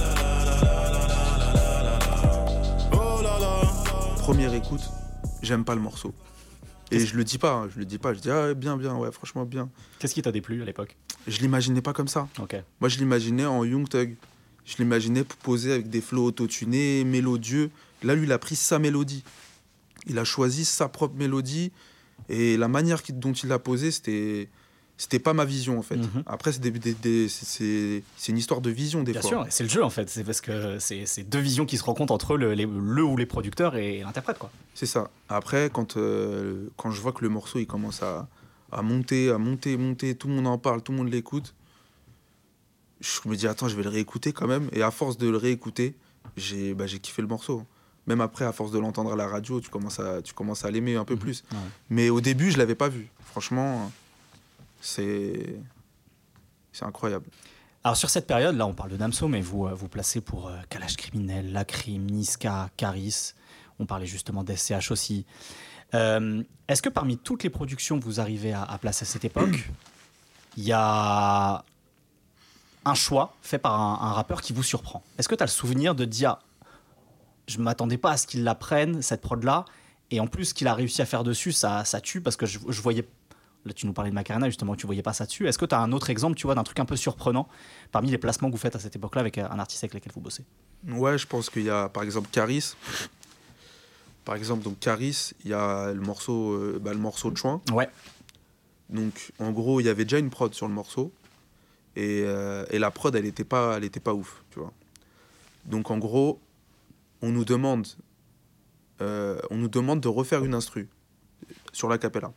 [SPEAKER 9] Oh là là.
[SPEAKER 5] Première écoute, j'aime pas le morceau. Et je le dis pas, hein, je le dis pas, je dis ah, bien, bien, ouais, franchement bien.
[SPEAKER 4] Qu'est-ce qui t'a déplu à l'époque ?
[SPEAKER 5] Je l'imaginais pas comme ça.
[SPEAKER 4] Okay.
[SPEAKER 5] Moi, je l'imaginais en Young Thug. Je l'imaginais posé avec des flows autotunés, mélodieux. Là, lui, il a pris sa mélodie. Il a choisi sa propre mélodie. Et la manière dont il l'a posée, c'était... C'était pas ma vision, en fait. Mm-hmm. Après, c'est, des, des, des, c'est, c'est une histoire de vision, des
[SPEAKER 4] Bien
[SPEAKER 5] fois.
[SPEAKER 4] Bien sûr, c'est le jeu, en fait. C'est parce que c'est, c'est deux visions qui se rencontrent entre le, les, le ou les producteurs et l'interprète, quoi.
[SPEAKER 5] C'est ça. Après, quand, euh, quand je vois que le morceau, il commence à, à monter, à monter, monter, tout le monde en parle, tout le monde l'écoute, je me dis, attends, je vais le réécouter quand même. Et à force de le réécouter, j'ai, bah, j'ai kiffé le morceau. Même après, à force de l'entendre à la radio, tu commences à, tu commences à l'aimer un peu mmh. plus. Ouais. Mais au début, je l'avais pas vu. Franchement... C'est... c'est incroyable.
[SPEAKER 4] Alors sur cette période, là on parle de Damso, mais vous vous placez pour euh, Kalash Criminel, Lacrim, Niska, Caris. On parlait justement d'S C H aussi. Euh, est-ce que parmi toutes les productions que vous arrivez à, à placer à cette époque, il y a un choix fait par un, un rappeur qui vous surprend ? Est-ce que tu as le souvenir de dire « je ne m'attendais pas à ce qu'il la prenne, cette prod-là, et en plus ce qu'il a réussi à faire dessus, ça, ça tue parce que je, je voyais... » Là, tu nous parlais de Macarena, justement, tu ne voyais pas ça dessus. Est-ce que tu as un autre exemple, tu vois, d'un truc un peu surprenant parmi les placements que vous faites à cette époque-là avec un artiste avec lequel vous bossez ?
[SPEAKER 5] Ouais, je pense qu'il y a, par exemple, Caris. Par exemple, donc Caris, il y a le morceau, euh, bah, le morceau de Chouin.
[SPEAKER 4] Ouais.
[SPEAKER 5] Donc, en gros, il y avait déjà une prod sur le morceau. Et, euh, et la prod, elle n'était pas, elle était pas ouf, tu vois. Donc, en gros, on nous demande, euh, on nous demande de refaire une instru sur l'acapella.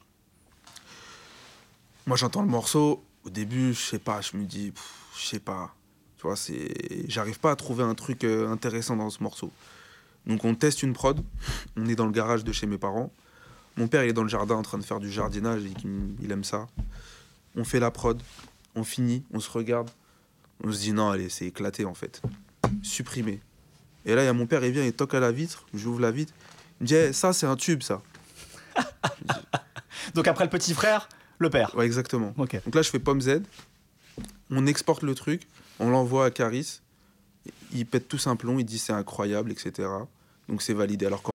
[SPEAKER 5] Moi, j'entends le morceau, au début, je sais pas, je me dis, pff, je sais pas, tu vois, c'est... j'arrive pas à trouver un truc euh, intéressant dans ce morceau. Donc, on teste une prod, on est dans le garage de chez mes parents. Mon père, il est dans le jardin en train de faire du jardinage, et il, il aime ça. On fait la prod, on finit, on se regarde, on se dit, non, allez, c'est éclaté, en fait. Supprimé. Et là, il y a mon père, il vient, il toque à la vitre, j'ouvre la vitre, il me dit, hey, ça, c'est un tube, ça.
[SPEAKER 4] Donc, après le petit frère... Le père.
[SPEAKER 5] Ouais, exactement.
[SPEAKER 4] Okay.
[SPEAKER 5] Donc là, je fais Pomme Z, on exporte le truc, on l'envoie à Caris, il pète tous un plomb, il dit c'est incroyable, et cetera. Donc c'est validé. Alors, quand...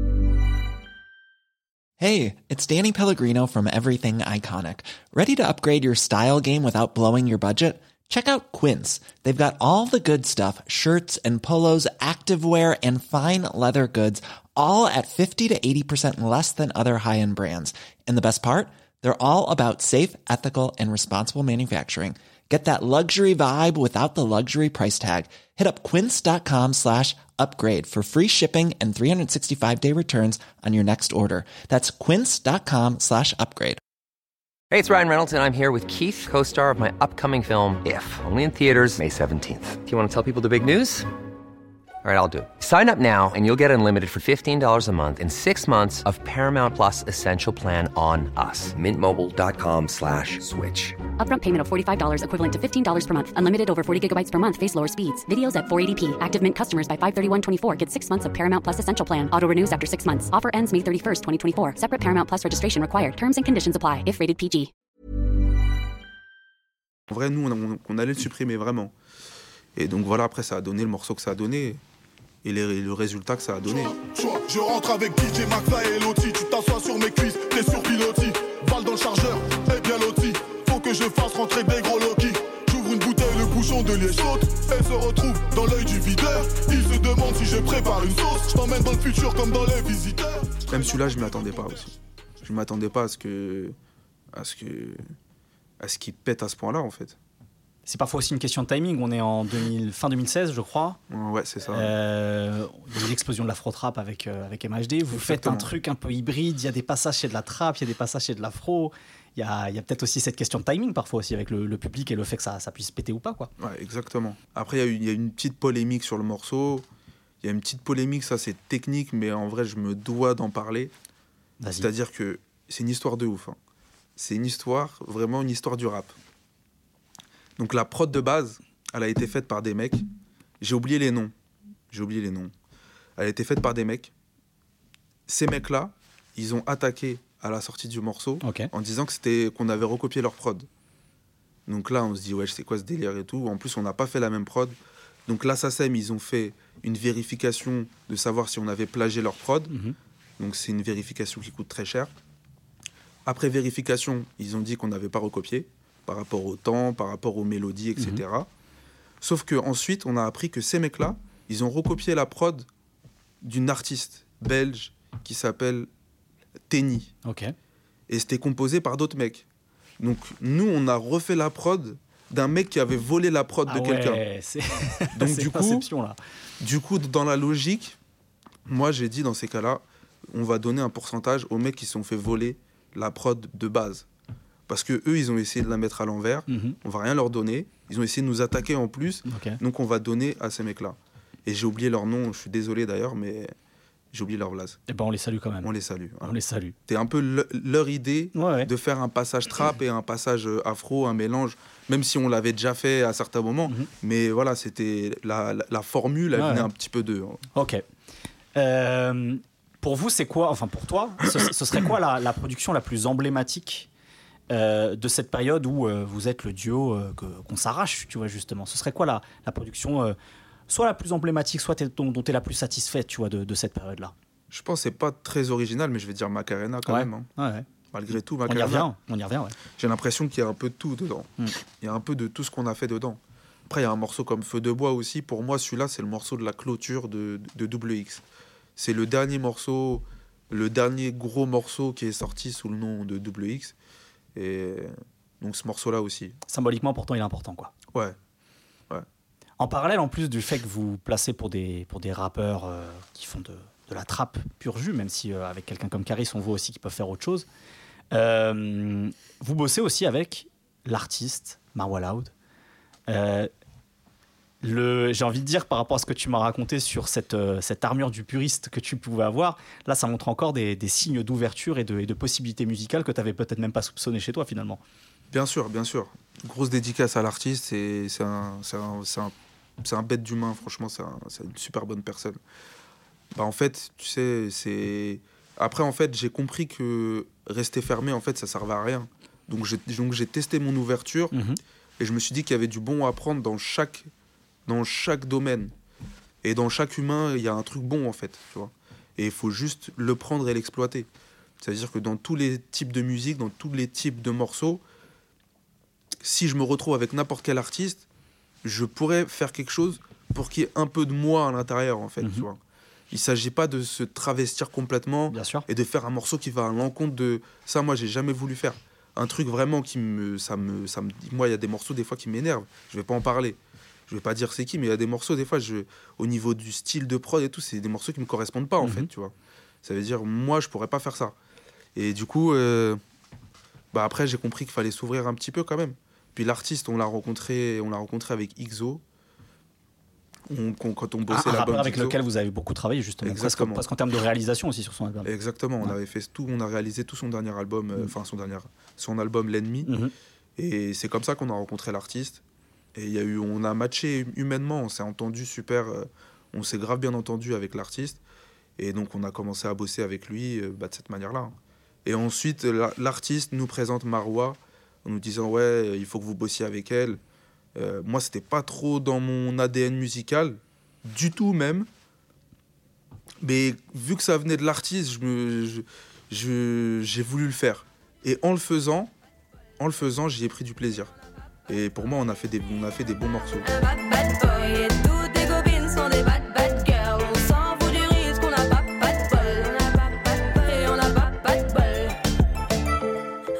[SPEAKER 10] Hey, it's Danny Pellegrino from Everything Iconic. Ready to upgrade your style game without blowing your budget? Check out Quince. They've got all the good stuff, shirts and polos, activewear, and fine leather goods, all at fifty to eighty percent less than other high-end brands. And the best part? They're all about safe, ethical, and responsible manufacturing. Get that luxury vibe without the luxury price tag. Hit up quince.com slash upgrade for free shipping and three sixty-five day returns on your next order. That's quince.com slash upgrade.
[SPEAKER 1] Hey, it's Ryan Reynolds, and I'm here with Keith, co-star of my upcoming film, If, only in theaters May seventeenth. Do you want to tell people the big news? All right, I'll do it. Sign up now and you'll get unlimited for fifteen dollars a month and six months of Paramount Plus Essential Plan on us. Mint Mobile dot com slash switch.
[SPEAKER 3] Upfront payment of forty-five dollars equivalent to fifteen dollars per month. Unlimited over forty gigabytes per month. Face lower speeds. Videos at four eighty p. Active Mint customers by five thirty-one twenty-four get six months of Paramount Plus Essential Plan. Auto renews after six months. Offer ends May thirty-first, twenty twenty-four. Separate Paramount Plus registration required. Terms and conditions apply if rated P G.
[SPEAKER 5] En vrai, nous, on, on allait le supprimer vraiment. Et donc voilà, après, ça a donné le morceau que ça a donné. Et, les, et le résultat que ça a donné.
[SPEAKER 9] Je rentre avec D J Maxa et Loti. Tu t'assois sur mes cuisses, t'es sur pilotis. Balle dans le chargeur, et bien loti. Faut que je fasse rentrer des gros Loki. J'ouvre une bouteille, le bouchon de liège saute et se retrouve dans l'œil du videur. Il se demande si je je prépare une sauce. Je t'emmène dans le futur comme dans les visiteurs.
[SPEAKER 5] Même celui-là, je m'y attendais pas aussi. Je m'attendais pas à ce que, à ce que, à ce qu'il pète à ce point-là en fait.
[SPEAKER 4] C'est parfois aussi une question de timing. On est en deux mille, fin deux mille seize, je crois.
[SPEAKER 5] Ouais, c'est ça.
[SPEAKER 4] Euh, il y a eu l'explosion de l'afro-trap avec, euh, avec M H D. Vous
[SPEAKER 5] Exactement.
[SPEAKER 4] faites un truc un peu hybride. Il y a des passages chez de la trap, il y a des passages chez de l'afro. Il y a, il y a peut-être aussi cette question de timing parfois aussi avec le, le public et le fait que ça, ça puisse péter ou pas, quoi.
[SPEAKER 5] Ouais, exactement. Après, il y a eu, il y a eu une petite polémique sur le morceau. Il y a une petite polémique, ça c'est technique, mais en vrai, je me dois d'en parler.
[SPEAKER 4] Vas-y.
[SPEAKER 5] C'est-à-dire que c'est une histoire de ouf. Hein. C'est une histoire, vraiment une histoire du rap. Donc la prod de base, elle a été faite par des mecs. J'ai oublié les noms. J'ai oublié les noms. Elle a été faite par des mecs. Ces mecs-là, ils ont attaqué à la sortie du morceau
[SPEAKER 4] Okay.
[SPEAKER 5] en disant que c'était, qu'on avait recopié leur prod. Donc là, on se dit, ouais, c'est quoi ce délire et tout. En plus, on n'a pas fait la même prod. Donc là, S A C E M, ils ont fait une vérification de savoir si on avait plagié leur prod.
[SPEAKER 4] Mhm.
[SPEAKER 5] Donc c'est une vérification qui coûte très cher. Après vérification, ils ont dit qu'on n'avait pas recopié par rapport au temps, par rapport aux mélodies, et cetera. Mmh. Sauf qu'ensuite, on a appris que ces mecs-là, ils ont recopié la prod d'une artiste belge qui s'appelle Tenny.
[SPEAKER 4] Okay.
[SPEAKER 5] Et c'était composé par d'autres mecs. Donc nous, on a refait la prod d'un mec qui avait volé la prod
[SPEAKER 4] Ah
[SPEAKER 5] de
[SPEAKER 4] ouais,
[SPEAKER 5] quelqu'un.
[SPEAKER 4] c'est...
[SPEAKER 5] Donc
[SPEAKER 4] c'est
[SPEAKER 5] du coup,
[SPEAKER 4] Inception, là.
[SPEAKER 5] du coup, dans la logique, moi j'ai dit dans ces cas-là, on va donner un pourcentage aux mecs qui se sont fait voler la prod de base. Parce que eux, ils ont essayé de la mettre à l'envers.
[SPEAKER 4] Mm-hmm.
[SPEAKER 5] On va rien leur donner. Ils ont essayé de nous attaquer en plus.
[SPEAKER 4] Okay.
[SPEAKER 5] Donc on va donner à ces mecs-là. Et j'ai oublié leur nom. Je suis désolé d'ailleurs, mais j'ai oublié leur blaze.
[SPEAKER 4] Eh ben, on les salue quand même.
[SPEAKER 5] On les salue. Voilà.
[SPEAKER 4] On les salue.
[SPEAKER 5] C'était un peu le, leur idée
[SPEAKER 4] Ouais, ouais.
[SPEAKER 5] de faire un passage trap et un passage afro, un mélange. Même si on l'avait déjà fait à certains moments. Mm-hmm. Mais voilà, c'était la, la, la formule, elle
[SPEAKER 4] ouais,
[SPEAKER 5] venait
[SPEAKER 4] ouais.
[SPEAKER 5] un petit peu d'eux.
[SPEAKER 4] Ok. Euh, pour vous, c'est quoi, enfin pour toi, ce, ce serait quoi la, la production la plus emblématique Euh, de cette période où euh, vous êtes le duo euh, que, qu'on s'arrache, tu vois, justement. Ce serait quoi la, la production, euh, soit la plus emblématique, soit t'es, dont, dont tu es la plus satisfaite, tu vois, de, de cette période-là?
[SPEAKER 5] Je pense que c'est pas très original, mais je vais dire Macarena quand
[SPEAKER 4] ouais.
[SPEAKER 5] même. Hein.
[SPEAKER 4] Ouais, ouais.
[SPEAKER 5] Malgré tout,
[SPEAKER 4] On y
[SPEAKER 5] Macarena.
[SPEAKER 4] revient, on y revient, ouais.
[SPEAKER 5] J'ai l'impression qu'il y a un peu de tout dedans. Mm. Il y a un peu de tout ce qu'on a fait dedans. Après, il y a un morceau comme Feu de bois aussi. Pour moi, celui-là, c'est le morceau de la clôture de, de Double X. C'est le dernier morceau, le dernier gros morceau qui est sorti sous le nom de Double X. Et donc ce morceau-là aussi.
[SPEAKER 4] Symboliquement, pourtant, il est important, quoi.
[SPEAKER 5] Ouais. ouais.
[SPEAKER 4] En parallèle, en plus du fait que vous placez pour des, pour des rappeurs euh, qui font de, de la trappe pur jus, même si euh, avec quelqu'un comme Caris, on voit aussi qu'ils peuvent faire autre chose, euh, vous bossez aussi avec l'artiste Marwa Loud. Euh, Le, j'ai envie de dire, par rapport à ce que tu m'as raconté sur cette, euh, cette armure du puriste que tu pouvais avoir, là, ça montre encore des, des signes d'ouverture et de, et de possibilités musicales que tu n'avais peut-être même pas soupçonné chez toi, finalement.
[SPEAKER 5] Bien sûr, bien sûr. Grosse dédicace à l'artiste. C'est, c'est, un, c'est, un, c'est, un, c'est un bête d'humain, franchement, c'est, un, c'est une super bonne personne. Bah, en fait, tu sais, c'est... Après, en fait, j'ai compris que rester fermé, en fait, ça ne servait à rien. Donc j'ai, donc, j'ai testé mon ouverture mmh. et je me suis dit qu'il y avait du bon à prendre dans chaque... dans chaque domaine. Et dans chaque humain, il y a un truc bon, en fait, tu vois. Et il faut juste le prendre et l'exploiter. C'est-à-dire que dans tous les types de musique, dans tous les types de morceaux, si je me retrouve avec n'importe quel artiste, je pourrais faire quelque chose pour qu'il y ait un peu de moi à l'intérieur, en fait, mm-hmm. tu vois. Il ne s'agit pas de se travestir complètement
[SPEAKER 4] Bien sûr.
[SPEAKER 5] et de faire un morceau qui va à l'encontre de... Ça, moi, j'ai jamais voulu faire. Un truc vraiment qui me... Ça me, ça me... Moi, il y a des morceaux, des fois, qui m'énervent. Je ne vais pas en parler. Je vais pas dire c'est qui, mais il y a des morceaux, des fois, je, au niveau du style de prod et tout, c'est des morceaux qui me correspondent pas, en mm-hmm. fait, tu vois. Ça veut dire, moi, je pourrais pas faire ça. Et du coup, euh, bah après, j'ai compris qu'il fallait s'ouvrir un petit peu quand même. Puis l'artiste, on l'a rencontré, on l'a rencontré avec Ixo. On, on, quand on bossait
[SPEAKER 4] ah,
[SPEAKER 5] l'album
[SPEAKER 4] avec
[SPEAKER 5] d'Ixo.
[SPEAKER 4] lequel vous avez beaucoup travaillé, justement. Exactement. Presque, presque en termes de réalisation aussi sur son album.
[SPEAKER 5] Exactement. On
[SPEAKER 4] ouais.
[SPEAKER 5] avait fait tout, on a réalisé tout son dernier album, enfin, mm. euh, son dernier, son album L'Ennemi.
[SPEAKER 4] Mm-hmm.
[SPEAKER 5] Et c'est comme ça qu'on a rencontré l'artiste. Et il y a eu, on a matché humainement, on s'est entendu super, euh, on s'est grave bien entendu avec l'artiste. Et donc on a commencé à bosser avec lui euh, bah, de cette manière-là. Et ensuite, la, l'artiste nous présente Marwa en nous disant « Ouais, il faut que vous bossiez avec elle. Euh, » Moi, c'était pas trop dans mon A D N musical, du tout même. Mais vu que ça venait de l'artiste, je me, je, je, j'ai voulu le faire. Et en le faisant, en le faisant, j'y ai pris du plaisir. Et pour moi, on a fait des, on a fait des bons morceaux.
[SPEAKER 11] Bad, bad boy, et toutes tes copines sont des bad, bad girls. On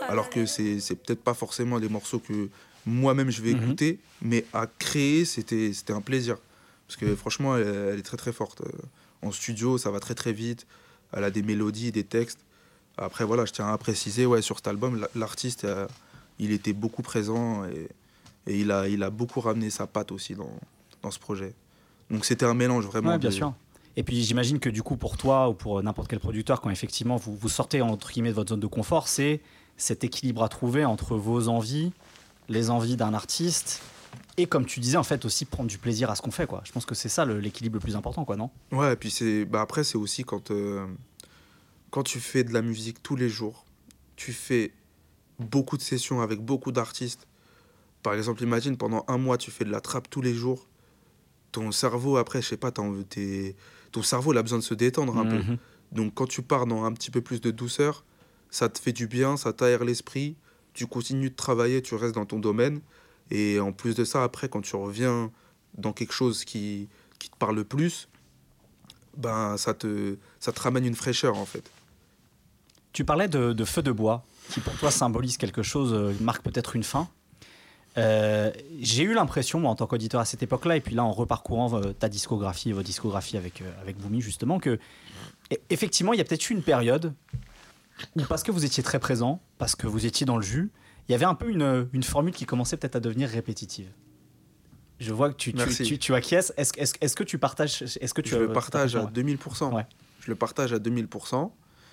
[SPEAKER 5] alors que c'est, c'est peut-être pas forcément des morceaux que moi-même je vais
[SPEAKER 4] Mhm.
[SPEAKER 5] écouter, mais à créer, c'était, c'était un plaisir. Parce que franchement, elle, elle est très très forte. Euh, En studio, ça va très très vite. Elle a des mélodies, des textes. Après, voilà, je tiens à préciser, ouais, sur cet album, la- l'artiste, euh, il était beaucoup présent et, et il, a, il a beaucoup ramené sa patte aussi dans, dans ce projet. Donc c'était un mélange vraiment.
[SPEAKER 4] Ouais, bien
[SPEAKER 5] de-
[SPEAKER 4] sûr. Et puis j'imagine que du coup pour toi ou pour n'importe quel producteur, quand effectivement vous, vous sortez entre guillemets de votre zone de confort, c'est cet équilibre à trouver entre vos envies, les envies d'un artiste, et comme tu disais en fait aussi prendre du plaisir à ce qu'on fait, quoi. Je pense que c'est ça le- l'équilibre le plus important, quoi, non?
[SPEAKER 5] Ouais, et puis c'est, bah après, c'est aussi quand, euh, quand tu fais de la musique tous les jours, tu fais beaucoup de sessions avec beaucoup d'artistes. Par exemple, imagine pendant un mois, tu fais de la trappe tous les jours. Ton cerveau, après, je sais pas, t'en- t'es- ton cerveau il a besoin de se détendre un peu.
[SPEAKER 4] Mhm.
[SPEAKER 5] Donc quand tu pars dans un petit peu plus de douceur, ça te fait du bien, ça t'aère l'esprit, tu continues de travailler, tu restes dans ton domaine. Et en plus de ça, après, quand tu reviens dans quelque chose qui, qui te parle plus, ben, ça, te, ça te ramène une fraîcheur, en fait.
[SPEAKER 4] Tu parlais de, de feu de bois, qui pour toi symbolise quelque chose, euh, marque peut-être une fin. Euh, j'ai eu l'impression, moi, en tant qu'auditeur à cette époque-là, et puis là, en reparcourant euh, ta discographie, votre discographie avec, euh, avec Boomy, justement, que e- effectivement, il y a peut-être eu une période où, parce que vous étiez très présent, parce que vous étiez dans le jus, il y avait un peu une, une formule qui commençait peut-être à devenir répétitive. Je vois que tu, tu,
[SPEAKER 5] Merci.
[SPEAKER 4] tu, tu acquiesces. Est-ce, est-ce, est-ce que tu partages est-ce que tu
[SPEAKER 5] Je
[SPEAKER 4] as-
[SPEAKER 5] le partage
[SPEAKER 4] cette
[SPEAKER 5] à
[SPEAKER 4] impression,
[SPEAKER 5] deux mille pour cent.
[SPEAKER 4] Ouais.
[SPEAKER 5] Je le partage à deux mille pour cent.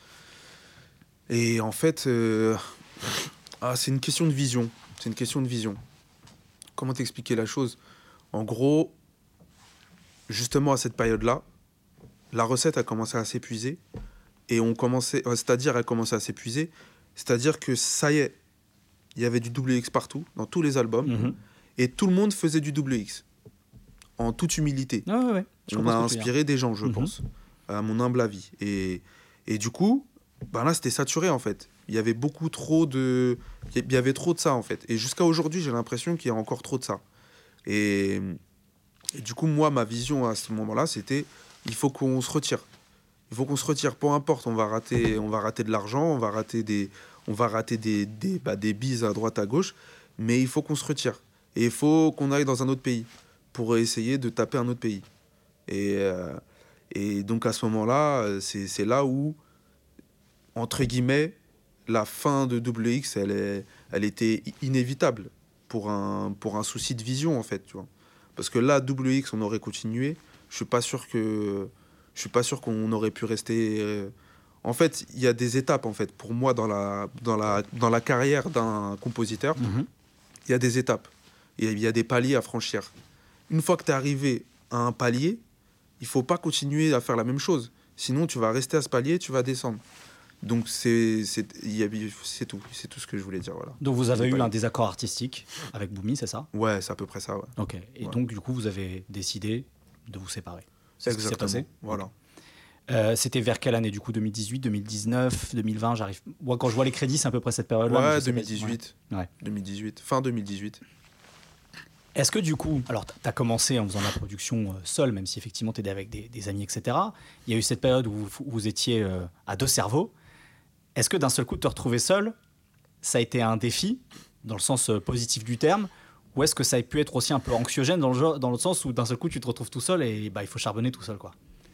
[SPEAKER 5] Et en fait, euh, ah, c'est une question de vision. C'est une question de vision. Comment t'expliquer la chose? En gros, justement à cette période-là, la recette a commencé à s'épuiser. Et on commençait, euh, c'est-à-dire elle commençait à s'épuiser. C'est-à-dire que ça y est, il y avait du double X partout, dans tous les albums.
[SPEAKER 4] Mhm.
[SPEAKER 5] Et tout le monde faisait du double X. En toute humilité.
[SPEAKER 4] Ouais, ouais, ouais. Je
[SPEAKER 5] On
[SPEAKER 4] comprends
[SPEAKER 5] a
[SPEAKER 4] ce que tu veux
[SPEAKER 5] inspiré des gens, je
[SPEAKER 4] Mhm.
[SPEAKER 5] pense, à mon humble avis. Et, et du coup, ben là, c'était saturé, en fait. Il y avait beaucoup trop de... Il y avait trop de ça, en fait. Et jusqu'à aujourd'hui, j'ai l'impression qu'il y a encore trop de ça. Et, et du coup, moi, ma vision à ce moment-là, c'était, il faut qu'on se retire. Il faut qu'on se retire, peu importe. On va rater, on va rater de l'argent, on va rater des, on va rater des, des, bah, des bises à droite, à gauche. Mais il faut qu'on se retire. Et il faut qu'on aille dans un autre pays pour essayer de taper un autre pays. Et, euh, et donc à ce moment-là, c'est, c'est là où, entre guillemets, la fin de Double X, elle, est, elle était inévitable pour un, pour un souci de vision, en fait. Tu vois. Parce que là, Double X, on aurait continué. Je suis pas sûr que, je suis pas sûr qu'on aurait pu rester... euh, En fait, il y a des étapes, en fait. Pour moi, dans la, dans la, dans la carrière d'un compositeur, il
[SPEAKER 4] Mhm.
[SPEAKER 5] y a des étapes. Et il y a des paliers à franchir. Une fois que tu es arrivé à un palier, il faut pas continuer à faire la même chose. Sinon, tu vas rester à ce palier, tu vas descendre. Donc, c'est, c'est, il y a- c'est tout. C'est tout ce que je voulais dire. Voilà.
[SPEAKER 4] Donc vous avez
[SPEAKER 5] Des
[SPEAKER 4] eu
[SPEAKER 5] paliers.
[SPEAKER 4] un désaccord artistique avec Boomy, c'est ça?
[SPEAKER 5] Ouais, c'est à peu près ça. Ouais.
[SPEAKER 4] Ok. Et
[SPEAKER 5] Ouais.
[SPEAKER 4] donc du coup vous avez décidé de vous séparer. C'est ce qui s'est
[SPEAKER 5] Exactement.
[SPEAKER 4] passé.
[SPEAKER 5] Voilà.
[SPEAKER 4] Euh, c'était vers quelle année du coup? deux mille dix-huit, deux mille dix-neuf, deux mille vingt. J'arrive. Moi quand je vois les crédits, c'est à peu près cette période-là. mais
[SPEAKER 5] Ouais,
[SPEAKER 4] je sais
[SPEAKER 5] deux
[SPEAKER 4] pas
[SPEAKER 5] mille
[SPEAKER 4] si-
[SPEAKER 5] dix-huit.
[SPEAKER 4] Ouais. Ouais.
[SPEAKER 5] deux mille dix-huit. Fin deux mille dix-huit.
[SPEAKER 4] Est-ce que du coup, alors tu as commencé en faisant de la production euh, seul, même si effectivement tu étais avec des, des amis, et cetera. Il y a eu cette période où vous, où vous étiez euh, à deux cerveaux. Est-ce que d'un seul coup de te retrouver seul, ça a été un défi, dans le sens euh, positif du terme, ou est-ce que ça a pu être aussi un peu anxiogène dans le, genre- dans le sens où d'un seul coup tu te retrouves tout seul et bah, il faut charbonner tout seul, quoi?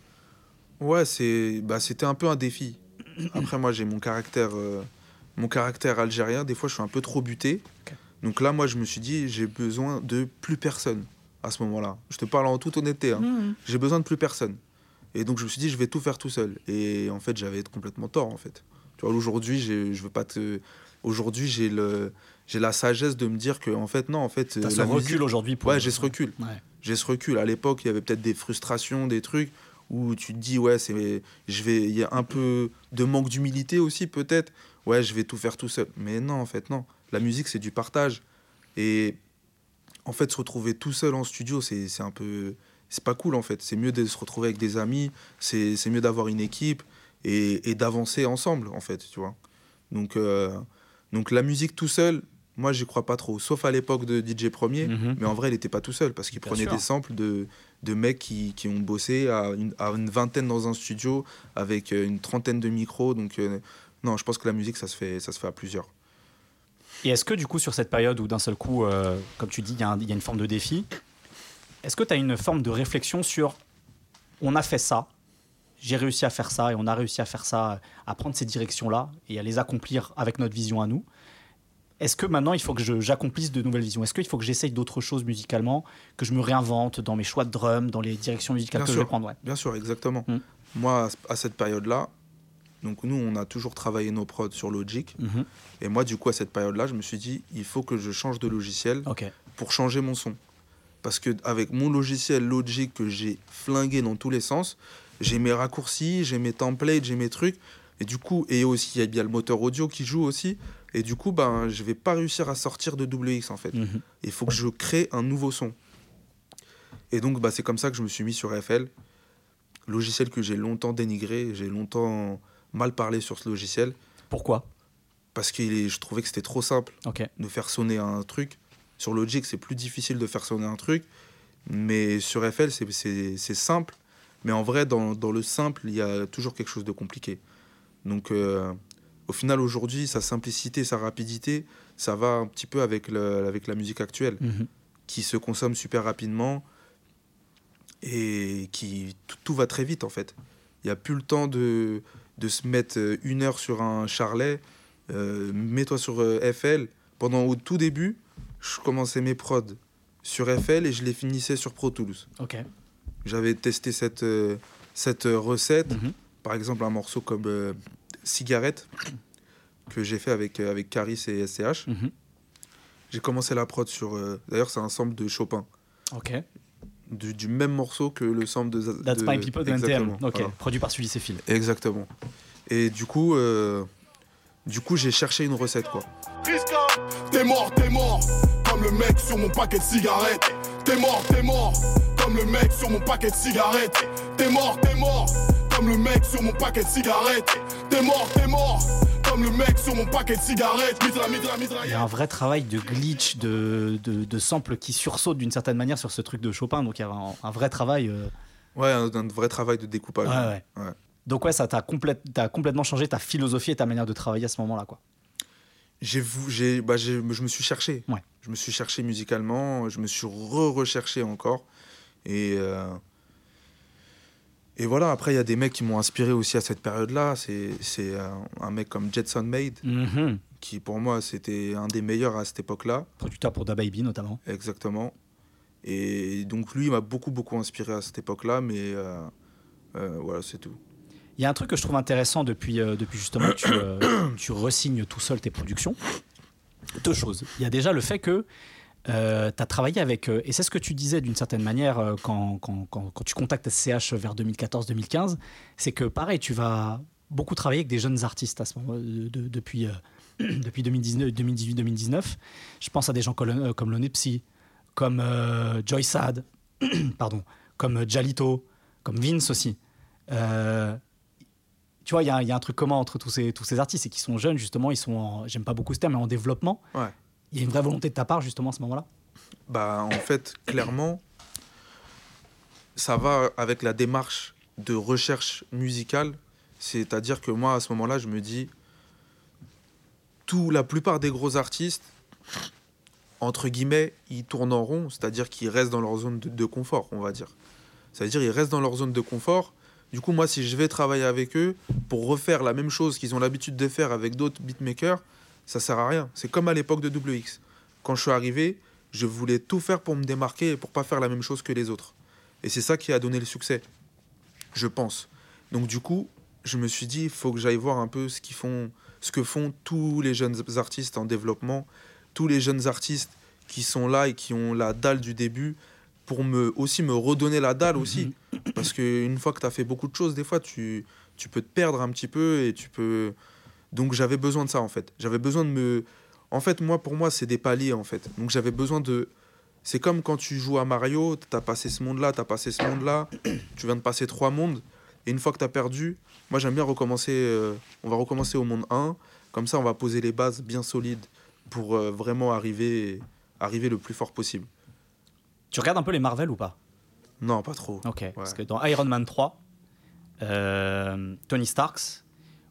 [SPEAKER 5] Ouais, c'est, bah, c'était un peu un défi. Après, moi, j'ai mon caractère, euh, mon caractère algérien. Des fois, je suis un peu trop buté.
[SPEAKER 4] Ok.
[SPEAKER 5] Donc là, moi, je me suis dit, j'ai besoin de plus personne à ce moment-là. Je te parle en toute honnêteté. Hein. J'ai besoin de plus personne. Et donc, je me suis dit, je vais tout faire tout seul. Et en fait, j'avais complètement tort, en fait. Tu vois, aujourd'hui, j'ai, je veux pas te... Aujourd'hui, j'ai, le, j'ai la sagesse de me dire que, en fait, non, en fait...
[SPEAKER 4] T'as
[SPEAKER 5] euh,
[SPEAKER 4] ce
[SPEAKER 5] la
[SPEAKER 4] recul
[SPEAKER 5] musique-
[SPEAKER 4] aujourd'hui pour...
[SPEAKER 5] Ouais, j'ai ce recul.
[SPEAKER 4] Ouais.
[SPEAKER 5] J'ai ce recul. À l'époque, il y avait peut-être des frustrations, des trucs où tu te dis, ouais, c'est, je vais, il y a un peu de manque d'humilité aussi, peut-être. Ouais, je vais tout faire tout seul. Mais non, en fait, non. La musique, c'est du partage. Et en fait, se retrouver tout seul en studio, c'est, c'est un peu... C'est pas cool, en fait. C'est mieux de se retrouver avec des amis. C'est, c'est mieux d'avoir une équipe et, et d'avancer ensemble, en fait, tu vois. Donc, euh, donc la musique tout seul, moi, j'y crois pas trop. Sauf à l'époque de D J Premier.
[SPEAKER 4] Mhm.
[SPEAKER 5] Mais en vrai, il était pas tout seul parce qu'il
[SPEAKER 4] Bien
[SPEAKER 5] prenait
[SPEAKER 4] sûr.
[SPEAKER 5] des samples de, de mecs qui, qui ont bossé à une, à une vingtaine dans un studio avec euh, une trentaine de micros. Donc, euh, non, je pense que la musique, ça se fait, ça se fait à plusieurs.
[SPEAKER 4] Et est-ce que du coup sur cette période où d'un seul coup, euh, comme tu dis, il y, y a une forme de défi, est-ce que tu as une forme de réflexion sur on a fait ça, j'ai réussi à faire ça et on a réussi à faire ça, à prendre ces directions-là et à les accomplir avec notre vision à nous. Est-ce que maintenant il faut que je, j'accomplisse de nouvelles visions? Est-ce qu'il faut que j'essaye d'autres choses musicalement, que je me réinvente dans mes choix de drum, dans les directions musicales
[SPEAKER 5] bien
[SPEAKER 4] que
[SPEAKER 5] sûr,
[SPEAKER 4] je vais prendre? Ouais.
[SPEAKER 5] Bien sûr, exactement.
[SPEAKER 4] Mm.
[SPEAKER 5] Moi, à cette période-là, donc nous, on a toujours travaillé nos prods sur Logic.
[SPEAKER 4] Mm-hmm.
[SPEAKER 5] Et moi, du coup, à cette période-là, je me suis dit, il faut que je change de logiciel
[SPEAKER 4] okay.
[SPEAKER 5] pour changer mon son. Parce qu'avec mon logiciel Logic que j'ai flingué dans tous les sens, j'ai mes raccourcis, j'ai mes templates, j'ai mes trucs. Et du coup, et aussi, il y a le moteur audio qui joue aussi. Et du coup, ben, je ne vais pas réussir à sortir de W X, en fait. Il mm-hmm. faut que je crée un nouveau son. Et donc, bah, c'est comme ça que je me suis mis sur F L. Logiciel que j'ai longtemps dénigré. J'ai longtemps mal parlé sur ce logiciel.
[SPEAKER 4] Pourquoi ?
[SPEAKER 5] Parce que je trouvais que c'était trop simple
[SPEAKER 4] okay.
[SPEAKER 5] de faire sonner un truc. Sur Logic, c'est plus difficile de faire sonner un truc. Mais sur F L, c'est, c'est, c'est simple. Mais en vrai, dans, dans le simple, il y a toujours quelque chose de compliqué. Donc, euh, au final, aujourd'hui, sa simplicité, sa rapidité, ça va un petit peu avec, le, avec la musique actuelle, mm-hmm. qui se consomme super rapidement et qui tout, tout va très vite, en fait. Il n'y a plus le temps de, de se mettre une heure sur un charlet. Euh, mets-toi sur euh, F L. Pendant au tout début, je commençais mes prods sur F L et je les finissais sur Pro Tools.
[SPEAKER 4] Okay.
[SPEAKER 5] J'avais testé cette, euh, cette recette.
[SPEAKER 4] Mm-hmm.
[SPEAKER 5] Par exemple, un morceau comme euh, Cigarette, que j'ai fait avec, euh, avec Caris et S C H.
[SPEAKER 4] Mm-hmm.
[SPEAKER 5] J'ai commencé la prod sur... Euh, d'ailleurs, c'est un sample de Chopin.
[SPEAKER 4] Ok.
[SPEAKER 5] Du, du même morceau que le sample de...
[SPEAKER 4] That's
[SPEAKER 5] de,
[SPEAKER 4] My People de N T M. Ok,
[SPEAKER 5] voilà.
[SPEAKER 4] Produit par Sully Céphile.
[SPEAKER 5] Exactement. Et du coup, euh, du coup, j'ai cherché une recette, quoi.
[SPEAKER 9] T'es mort, t'es mort, comme le mec sur mon paquet de cigarettes. T'es mort, t'es mort, comme le mec sur mon paquet de cigarettes. T'es mort, t'es mort, comme le mec sur mon paquet de cigarettes. T'es mort, t'es mort, comme le mec sur mon paquet de cigarettes. Mitra, mitra, mitra.
[SPEAKER 4] Il y a un vrai travail de glitch, de, de, de sample qui sursaute d'une certaine manière sur ce truc de Chopin. Donc il y a un, un vrai travail. Euh...
[SPEAKER 5] Ouais, un, un vrai travail de découpage.
[SPEAKER 4] Ouais, ouais.
[SPEAKER 5] ouais.
[SPEAKER 4] Donc ouais, ça t'a, complète, t'as complètement changé ta philosophie et ta manière de travailler à ce moment-là, quoi.
[SPEAKER 5] J'ai, j'ai, bah j'ai, je me suis cherché.
[SPEAKER 4] Ouais.
[SPEAKER 5] Je me suis cherché musicalement, je me suis re-recherché encore. Et, euh, et voilà, après, il y a des mecs qui m'ont inspiré aussi à cette période-là. C'est, c'est un, un mec comme Jetson Made,
[SPEAKER 4] mm-hmm.
[SPEAKER 5] qui pour moi, c'était un des meilleurs à cette époque-là.
[SPEAKER 4] Producteur pour DaBaby notamment.
[SPEAKER 5] Exactement. Et donc lui, il m'a beaucoup, beaucoup inspiré à cette époque-là, mais euh, euh, voilà, c'est tout.
[SPEAKER 4] Il y a un truc que je trouve intéressant depuis, euh, depuis justement que tu, euh, tu resignes tout seul tes productions. Deux choses. Il y a déjà le fait que euh, tu as travaillé avec, euh, et c'est ce que tu disais d'une certaine manière euh, quand, quand, quand, quand tu contactes S C H vers deux mille quatorze deux mille quinze, c'est que pareil, tu vas beaucoup travailler avec des jeunes artistes à ce moment, de, de, depuis, euh, depuis deux mille dix-neuf, deux mille dix-huit deux mille dix-neuf. Je pense à des gens comme, euh, comme Lonepsy, comme euh, Joy Sad, pardon, comme Jalito, comme Vince aussi. Euh, Tu vois, il y, y a un truc commun entre tous ces, tous ces artistes, c'est qu'ils sont jeunes, justement, ils sont, en, j'aime pas beaucoup ce terme, mais en développement.
[SPEAKER 5] Ouais.
[SPEAKER 4] Il y a une vraie volonté de ta part, justement, à ce moment-là.
[SPEAKER 5] Bah, en fait, clairement, ça va avec la démarche de recherche musicale. C'est-à-dire que moi, à ce moment-là, je me dis, tout, la plupart des gros artistes, entre guillemets, ils tournent en rond, c'est-à-dire qu'ils restent dans leur zone de, de confort, on va dire. C'est-à-dire qu'ils restent dans leur zone de confort. Du coup, moi, si je vais travailler avec eux pour refaire la même chose qu'ils ont l'habitude de faire avec d'autres beatmakers, ça sert à rien. C'est comme à l'époque de W X. Quand je suis arrivé, je voulais tout faire pour me démarquer et pour pas faire la même chose que les autres. Et c'est ça qui a donné le succès, je pense. Donc du coup, je me suis dit, il faut que j'aille voir un peu ce qu'ils font, ce que font tous les jeunes artistes en développement, tous les jeunes artistes qui sont là et qui ont la dalle du début, pour me, aussi me redonner la dalle aussi. Parce qu'une fois que tu as fait beaucoup de choses, des fois, tu, tu peux te perdre un petit peu et tu peux... Donc, j'avais besoin de ça, en fait. J'avais besoin de me... En fait, moi, pour moi, c'est des paliers, en fait. Donc, j'avais besoin de... C'est comme quand tu joues à Mario, tu as passé ce monde-là, tu as passé ce monde-là, tu viens de passer trois mondes, et une fois que tu as perdu, moi, j'aime bien recommencer... Euh, on va recommencer au monde un, comme ça, on va poser les bases bien solides pour euh, vraiment arriver, arriver le plus fort possible.
[SPEAKER 4] Tu regardes un peu les Marvel ou pas ?
[SPEAKER 5] Non, pas trop.
[SPEAKER 4] Ok,
[SPEAKER 5] ouais.
[SPEAKER 4] Parce que dans Iron Man trois, euh, Tony Stark,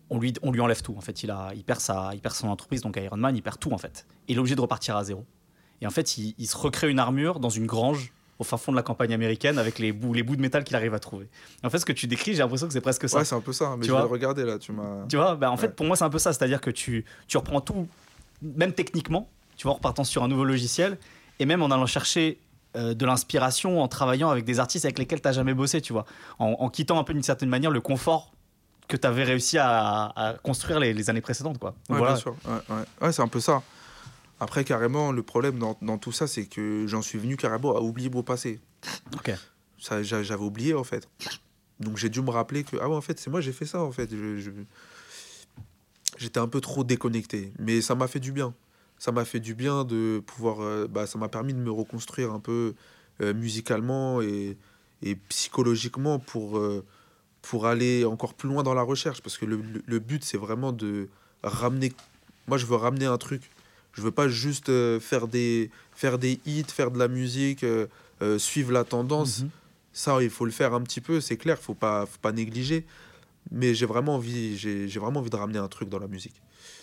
[SPEAKER 4] on lui, on lui enlève tout. En fait, il, a, il, perd sa, il perd son entreprise, donc Iron Man, il perd tout en fait. Et il est obligé de repartir à zéro. Et en fait, il, il se recrée une armure dans une grange au fin fond de la campagne américaine avec les bouts, les bouts de métal qu'il arrive à trouver. Et en fait, ce que tu décris, j'ai l'impression que c'est presque ça.
[SPEAKER 5] Ouais, c'est un peu ça, mais
[SPEAKER 4] tu
[SPEAKER 5] je
[SPEAKER 4] vois
[SPEAKER 5] vais le regarder là. Tu m'as.
[SPEAKER 4] Tu vois, bah, en fait,
[SPEAKER 5] ouais.
[SPEAKER 4] pour moi, c'est un peu ça. C'est-à-dire que tu, tu reprends tout, même techniquement, tu vois, en repartant sur un nouveau logiciel, et même en allant chercher euh, de l'inspiration, en travaillant avec des artistes avec lesquels tu n'as jamais bossé, tu vois, en, en quittant un peu d'une certaine manière le confort que tu avais réussi à, à construire les, les années précédentes, quoi. Donc,
[SPEAKER 5] ouais,
[SPEAKER 4] voilà.
[SPEAKER 5] bien sûr. Ouais, ouais. ouais, c'est un peu ça. Après, carrément, le problème dans, dans tout ça, c'est que j'en suis venu carrément à oublier mon passé.
[SPEAKER 4] Ok.
[SPEAKER 5] Ça, j'avais oublié, en fait. Donc, j'ai dû me rappeler que, ah ouais, en fait, c'est moi, j'ai fait ça, en fait. Je, je... J'étais un peu trop déconnecté. Mais ça m'a fait du bien. Ça m'a fait du bien de pouvoir... Euh, bah, ça m'a permis de me reconstruire un peu euh, musicalement et, et psychologiquement pour, euh, pour aller encore plus loin dans la recherche. Parce que le, le, le but, c'est vraiment de ramener... Moi, je veux ramener un truc. Je veux pas juste euh, faire, des, faire des hits, faire de la musique, euh, euh, suivre la tendance. Mm-hmm. Ça, il faut le faire un petit peu, c'est clair, faut pas, faut pas négliger. Mais j'ai vraiment envie, j'ai, j'ai vraiment envie de ramener un truc dans la musique.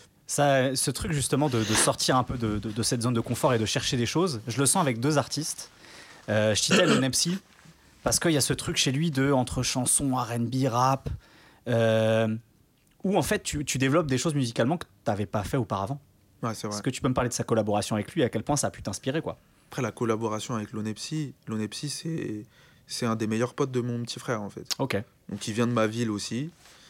[SPEAKER 4] Ça, ce truc justement de, de sortir un peu de, de, de cette zone de confort et de chercher des choses, je le sens avec deux artistes. Euh, je citais le Nepsi, parce qu'il y a ce truc chez lui de entre chansons, R and B, rap, euh, où en fait tu, tu développes des choses musicalement que tu n'avais pas fait auparavant.
[SPEAKER 5] Ouais, c'est vrai.
[SPEAKER 4] Est-ce que tu peux me parler de sa collaboration avec lui et à quel point ça a pu t'inspirer, quoi?
[SPEAKER 5] Après, la collaboration avec Lonepsi, Lonepsi, c'est, c'est un des meilleurs potes de mon petit frère, en fait.
[SPEAKER 4] Ok.
[SPEAKER 5] Donc, il vient de ma ville aussi.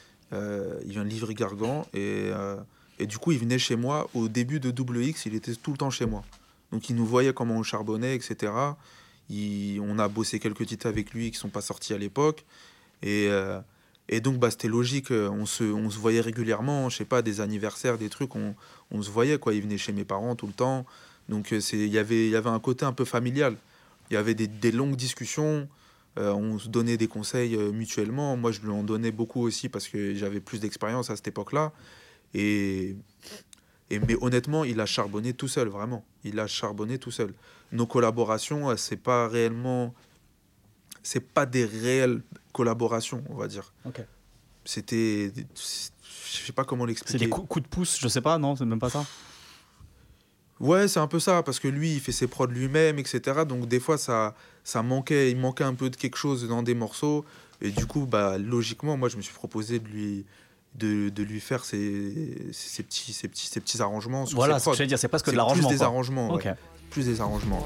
[SPEAKER 5] Euh, il vient de Livry-Gargan. Et, euh, et du coup, il venait chez moi. Au début de Double X, il était tout le temps chez moi. Donc, il nous voyait comment on charbonnait, et cetera. Il, on a bossé quelques titres avec lui qui ne sont pas sortis à l'époque. Et... Euh, Et donc, bah, c'était logique, on se, on se voyait régulièrement, je sais pas, des anniversaires, des trucs, on, on se voyait, quoi. Il venait chez mes parents tout le temps. Donc, il y avait, y avait un côté un peu familial. Il y avait des, des longues discussions, euh, on se donnait des conseils euh, mutuellement. Moi, je lui en donnais beaucoup aussi parce que j'avais plus d'expérience à cette époque-là. Et, et, mais honnêtement, il a charbonné tout seul, vraiment. Il a charbonné tout seul. Nos collaborations, c'est pas réellement... C'est pas des réelles collaborations, on va dire.
[SPEAKER 4] Okay.
[SPEAKER 5] C'était... Je sais pas comment l'expliquer.
[SPEAKER 4] C'est des coups, coups de pouce, je sais pas, non? C'est même pas ça?
[SPEAKER 5] Ouais, c'est un peu ça, parce que lui, il fait ses prods lui-même, et cetera. Donc des fois, ça, ça manquait, il manquait un peu de quelque chose dans des morceaux. Et du coup, bah, logiquement, moi, je me suis proposé de lui... De, de lui faire ses, ses, petits, ses, petits, ses petits arrangements sur
[SPEAKER 4] voilà,
[SPEAKER 5] ses prods.
[SPEAKER 4] Ce que je veux dire, c'est presque
[SPEAKER 5] c'est
[SPEAKER 4] de l'arrangement.
[SPEAKER 5] Plus des
[SPEAKER 4] quoi.
[SPEAKER 5] arrangements,
[SPEAKER 4] okay.
[SPEAKER 5] ouais. Plus des arrangements.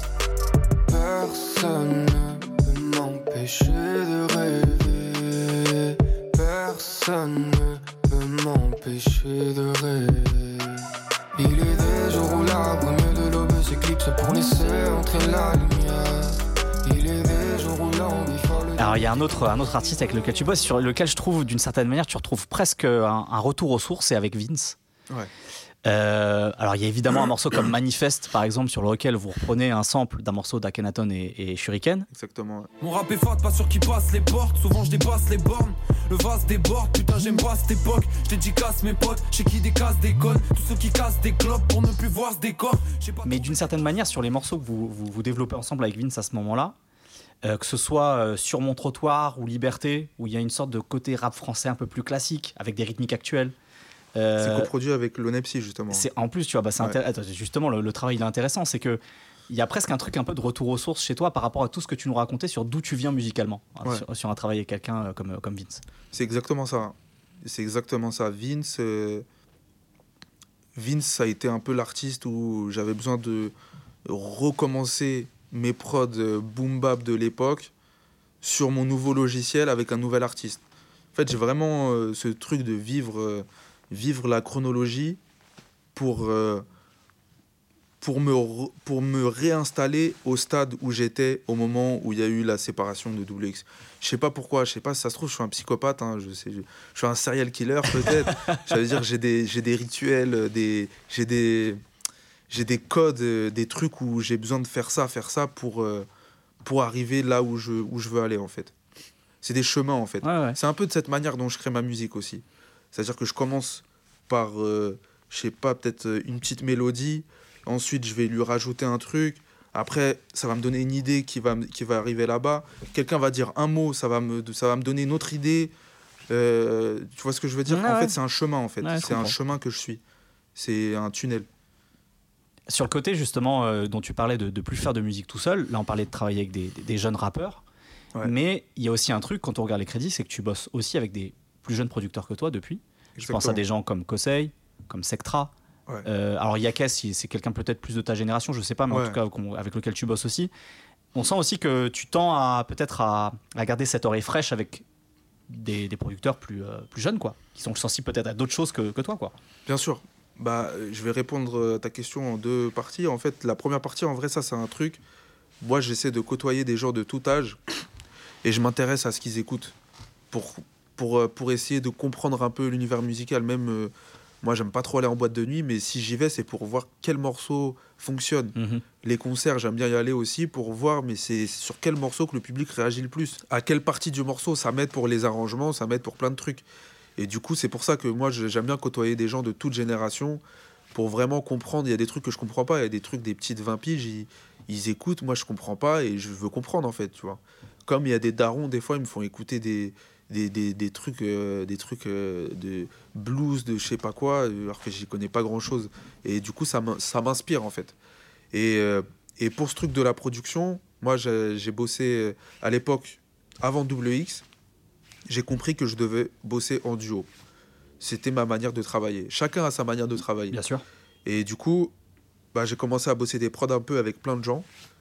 [SPEAKER 11] Personne ne peut m'empêcher de rêver. Personne ne peut m'empêcher de rêver. Il est des jours où la brume de l'aube s'éclipse pour laisser entrer la lumière. Il est des jours où l'envie folle.
[SPEAKER 4] Alors il y a un autre, un autre artiste avec lequel tu bosses, sur lequel je trouve d'une certaine manière tu retrouves presque un, un retour aux sources, c'est avec Vince.
[SPEAKER 5] Ouais.
[SPEAKER 4] Euh, alors il y a évidemment un morceau comme Manifeste par exemple sur lequel vous reprenez un sample d'un morceau d'Akhenaton et, et Shuriken.
[SPEAKER 5] Exactement.
[SPEAKER 6] Mon rap est fat, pas sûr qu'il passe les portes. Souvent je dépasse les bornes. Le vase déborde, putain j'aime pas cette époque. Je dédicace mes potes, chez qui des casses déconnent. Tous ceux qui cassent des clopes pour ne plus voir ce décor.
[SPEAKER 4] Mais d'une certaine manière sur les morceaux que vous, vous, vous développez ensemble avec Vince à ce moment-là, Euh, que ce soit euh, Sur mon trottoir ou Liberté, où il y a une sorte de côté rap français un peu plus classique, avec des rythmiques actuelles.
[SPEAKER 5] Euh, c'est coproduit avec Lonepsi, justement.
[SPEAKER 4] C'est, en plus, tu vois, bah, c'est
[SPEAKER 5] ouais.
[SPEAKER 4] intér- Attends, justement, le, le travail il est intéressant, c'est qu'il y a presque un truc un peu de retour aux sources chez toi par rapport à tout ce que tu nous racontais sur d'où tu viens musicalement, hein,
[SPEAKER 5] ouais.
[SPEAKER 4] sur, sur un travail avec quelqu'un euh, comme, comme Vince.
[SPEAKER 5] C'est exactement ça. C'est exactement ça. Vince, euh... Vince, ça a été un peu l'artiste où j'avais besoin de recommencer mes prods boom bap de l'époque sur mon nouveau logiciel avec un nouvel artiste. En fait, j'ai vraiment euh, ce truc de vivre, euh, vivre la chronologie pour, euh, pour, me re, pour me réinstaller au stade où j'étais au moment où il y a eu la séparation de Double X. Je sais pas pourquoi, je sais pas si ça se trouve, je suis un psychopathe, hein, je, sais, je, je suis un serial killer peut-être. Ça veut dire que j'ai des, j'ai des rituels, des, j'ai des... J'ai des codes, euh, des trucs où j'ai besoin de faire ça, faire ça pour, euh, pour arriver là où je, où je veux aller, en fait. C'est des chemins, en fait.
[SPEAKER 4] Ouais, ouais.
[SPEAKER 5] C'est un peu de cette manière dont je crée ma musique aussi. C'est-à-dire que je commence par, euh, je sais pas, peut-être une petite mélodie. Ensuite, je vais lui rajouter un truc. Après, ça va me donner une idée qui va, qui va arriver là-bas. Quelqu'un va dire un mot, ça va me, ça va me donner une autre idée. Euh, tu vois ce que je veux dire?
[SPEAKER 4] Ouais,
[SPEAKER 5] En
[SPEAKER 4] ouais.
[SPEAKER 5] fait, c'est un chemin, en fait.
[SPEAKER 4] Ouais, je
[SPEAKER 5] c'est un
[SPEAKER 4] comprends.
[SPEAKER 5] chemin que je suis. C'est un tunnel.
[SPEAKER 4] Sur le côté justement euh, dont tu parlais de, de plus faire de musique tout seul, là on parlait de travailler avec des, des- des jeunes rappeurs,
[SPEAKER 5] Ouais.
[SPEAKER 4] mais il y a aussi un truc quand on regarde les crédits, c'est que tu bosses aussi avec des plus jeunes producteurs que toi depuis. Je pense à
[SPEAKER 5] Exactement.
[SPEAKER 4] des gens comme Kosei, comme Sectra.
[SPEAKER 5] Ouais.
[SPEAKER 4] Euh, alors Yakes, il- c'est quelqu'un peut-être plus de ta génération, je sais pas, mais en
[SPEAKER 5] Ouais.
[SPEAKER 4] tout cas qu'on- avec lequel tu bosses aussi. On sent aussi que tu tends à peut-être à, à garder cette oreille fraîche avec des, des producteurs plus, euh, plus jeunes, quoi, qui sont sensibles peut-être à d'autres choses que, que toi, quoi.
[SPEAKER 5] Bien sûr. Bah, euh, je vais répondre à ta question en deux parties. En fait, la première partie, en vrai, ça, c'est un truc. Moi, j'essaie de côtoyer des gens de tout âge et je m'intéresse à ce qu'ils écoutent pour, pour, euh, pour essayer de comprendre un peu l'univers musical. Même, euh, moi, j'aime pas trop aller en boîte de nuit, mais si j'y vais, c'est pour voir quel morceau fonctionne.
[SPEAKER 4] Mhm.
[SPEAKER 5] Les concerts, j'aime bien y aller aussi pour voir, mais c'est sur quel morceau que le public réagit le plus. À quelle partie du morceau, ça m'aide pour les arrangements, ça m'aide pour plein de trucs. Et du coup, c'est pour ça que moi, je- j'aime bien côtoyer des gens de toute génération pour vraiment comprendre. Il y a des trucs que je comprends pas, il y a des trucs des petites vingt piges, ils, ils écoutent, moi je comprends pas et je veux comprendre en fait, tu vois. Comme il y a des darons, des fois, ils me font écouter des, des, des, des trucs, euh, des trucs euh, de blues, de je sais pas quoi, euh, alors que j'y connais pas grand chose. Et du coup, ça m'in- ça m'inspire en fait. Et, euh, et pour ce truc de la production, moi j'ai j'ai bossé euh, à l'époque, avant W X, j'ai compris que je devais bosser en duo. C'était ma manière de travailler. Chacun a sa manière de travailler.
[SPEAKER 4] Bien sûr.
[SPEAKER 5] Et du coup, bah, j'ai commencé à bosser des prods un peu avec plein de gens.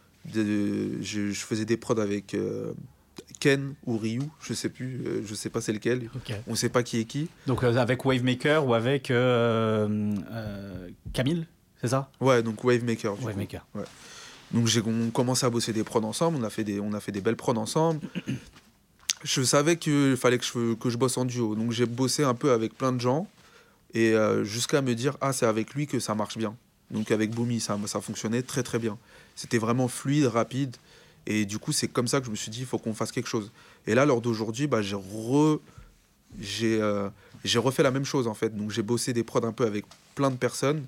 [SPEAKER 5] De- je, je faisais des prods avec euh, Ken ou Ryu, je sais plus, euh, je sais pas c'est lequel.
[SPEAKER 4] Ok.
[SPEAKER 5] On sait pas qui est qui.
[SPEAKER 4] Donc euh, avec Wavemaker ou avec euh, euh, Camille, c'est ça?
[SPEAKER 5] Ouais, donc Wavemaker. du coup.
[SPEAKER 4] Wavemaker.
[SPEAKER 5] Ouais. Donc j'ai on commençait à bosser des prods ensemble. On a fait des, on a fait des belles prods ensemble. Je savais qu'il fallait que je, que je bosse en duo. Donc j'ai bossé un peu avec plein de gens et euh, jusqu'à me dire ah c'est avec lui que ça marche bien. Donc avec Boomy ça, ça fonctionnait très très bien. C'était vraiment fluide, rapide et du coup c'est comme ça que je me suis dit il faut qu'on fasse quelque chose. Et là lors d'aujourd'hui bah, j'ai re, j'ai euh, j'ai refait la même chose en fait. Donc j'ai bossé des prods un peu avec plein de personnes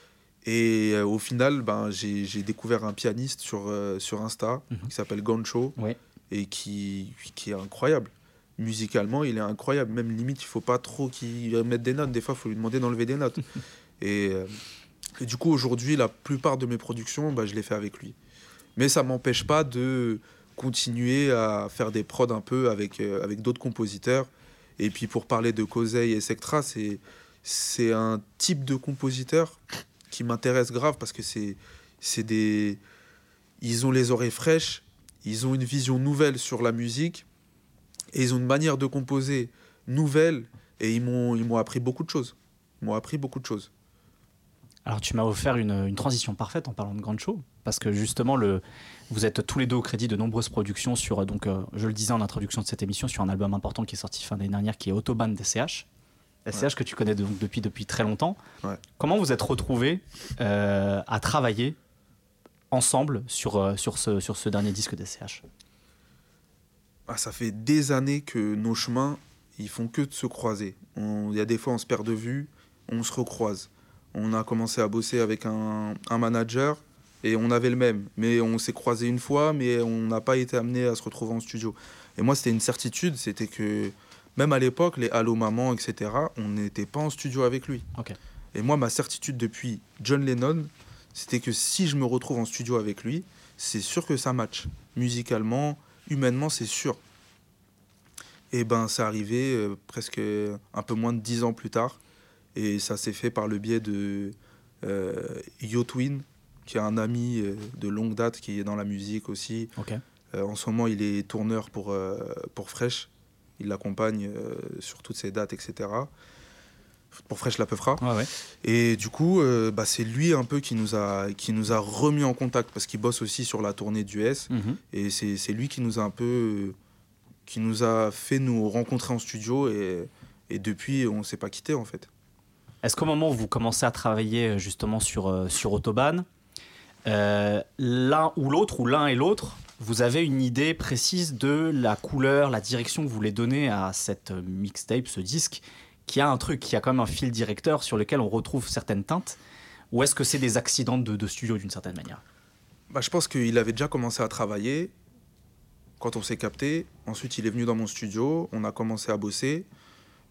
[SPEAKER 5] et euh, au final ben, j'ai j'ai découvert un pianiste sur, euh, sur Insta
[SPEAKER 4] Mhm.
[SPEAKER 5] qui s'appelle Gancho
[SPEAKER 4] Oui.
[SPEAKER 5] et qui, qui est incroyable. Musicalement, il est incroyable. Même limite, il faut pas trop qu'il mette des notes. Des fois, il faut lui demander d'enlever des notes. et, euh, et du coup, aujourd'hui, la plupart de mes productions, bah, je les fais avec lui. Mais ça m'empêche pas de continuer à faire des prods un peu avec, euh, avec d'autres compositeurs. Et puis, pour parler de Kosei et Sectra, c'est, c'est un type de compositeur qui m'intéresse grave parce que c'est, c'est des... Ils ont les oreilles fraîches. Ils ont une vision nouvelle sur la musique et ils ont une manière de composer nouvelle et ils m'ont, ils m'ont appris beaucoup de choses. Ils m'ont appris beaucoup de choses.
[SPEAKER 4] Alors tu m'as offert une, une transition parfaite en parlant de Grand Show, parce que justement le, vous êtes tous les deux au crédit de nombreuses productions sur, donc euh, je le disais en introduction de cette émission, sur un album important qui est sorti fin d'année dernière qui est Autobahn des C H. S C H ouais. que tu connais donc depuis, depuis très longtemps.
[SPEAKER 5] Ouais.
[SPEAKER 4] Comment vous êtes retrouvés euh, à travailler ensemble sur, euh, sur, ce, sur ce dernier disque des C H?
[SPEAKER 5] Ah, ça fait des années que nos chemins, ils font que de se croiser. Il y a des fois, on se perd de vue, on se recroise. On a commencé à bosser avec un, un manager et on avait le même. Mais on s'est croisé une fois, mais on n'a pas été amené à se retrouver en studio. Et moi, c'était une certitude, c'était que même à l'époque, les Allo Maman, et cetera, on n'était pas en studio avec lui.
[SPEAKER 4] Okay.
[SPEAKER 5] Et moi, ma certitude depuis John Lennon, c'était que si je me retrouve en studio avec lui, c'est sûr que ça match. Musicalement, humainement, c'est sûr. Et ben, c'est arrivé euh, presque un peu moins de dix ans plus tard. Et ça s'est fait par le biais de euh, Yotwin, qui est un ami euh, de longue date, qui est dans la musique aussi.
[SPEAKER 4] Okay.
[SPEAKER 5] Euh, en ce moment, il est tourneur pour, euh, pour Fresh. Il l'accompagne euh, sur toutes ses dates, et cetera. Pour Fresh La Peufra.
[SPEAKER 4] Ouais, ouais.
[SPEAKER 5] Et du coup, euh, bah, c'est lui un peu qui nous a, qui nous a remis en contact, parce qu'il bosse aussi sur la tournée d'U S.
[SPEAKER 4] Mm-hmm.
[SPEAKER 5] Et c'est, c'est lui qui nous a un peu... Euh, qui nous a fait nous rencontrer en studio. Et, et depuis, on ne s'est pas quitté, en fait.
[SPEAKER 4] Est-ce qu'au moment où vous commencez à travailler justement sur, euh, sur Autobahn, euh, l'un ou l'autre, ou l'un et l'autre, vous avez une idée précise de la couleur, la direction que vous voulez donner à cette mixtape, ce disque, qui a un truc, qui a quand même un fil directeur sur lequel on retrouve certaines teintes, ou est-ce que c'est des accidents de, de studio d'une certaine manière?
[SPEAKER 5] Bah, je pense qu'il avait déjà commencé à travailler quand on s'est capté. Ensuite, il est venu dans mon studio, on a commencé à bosser.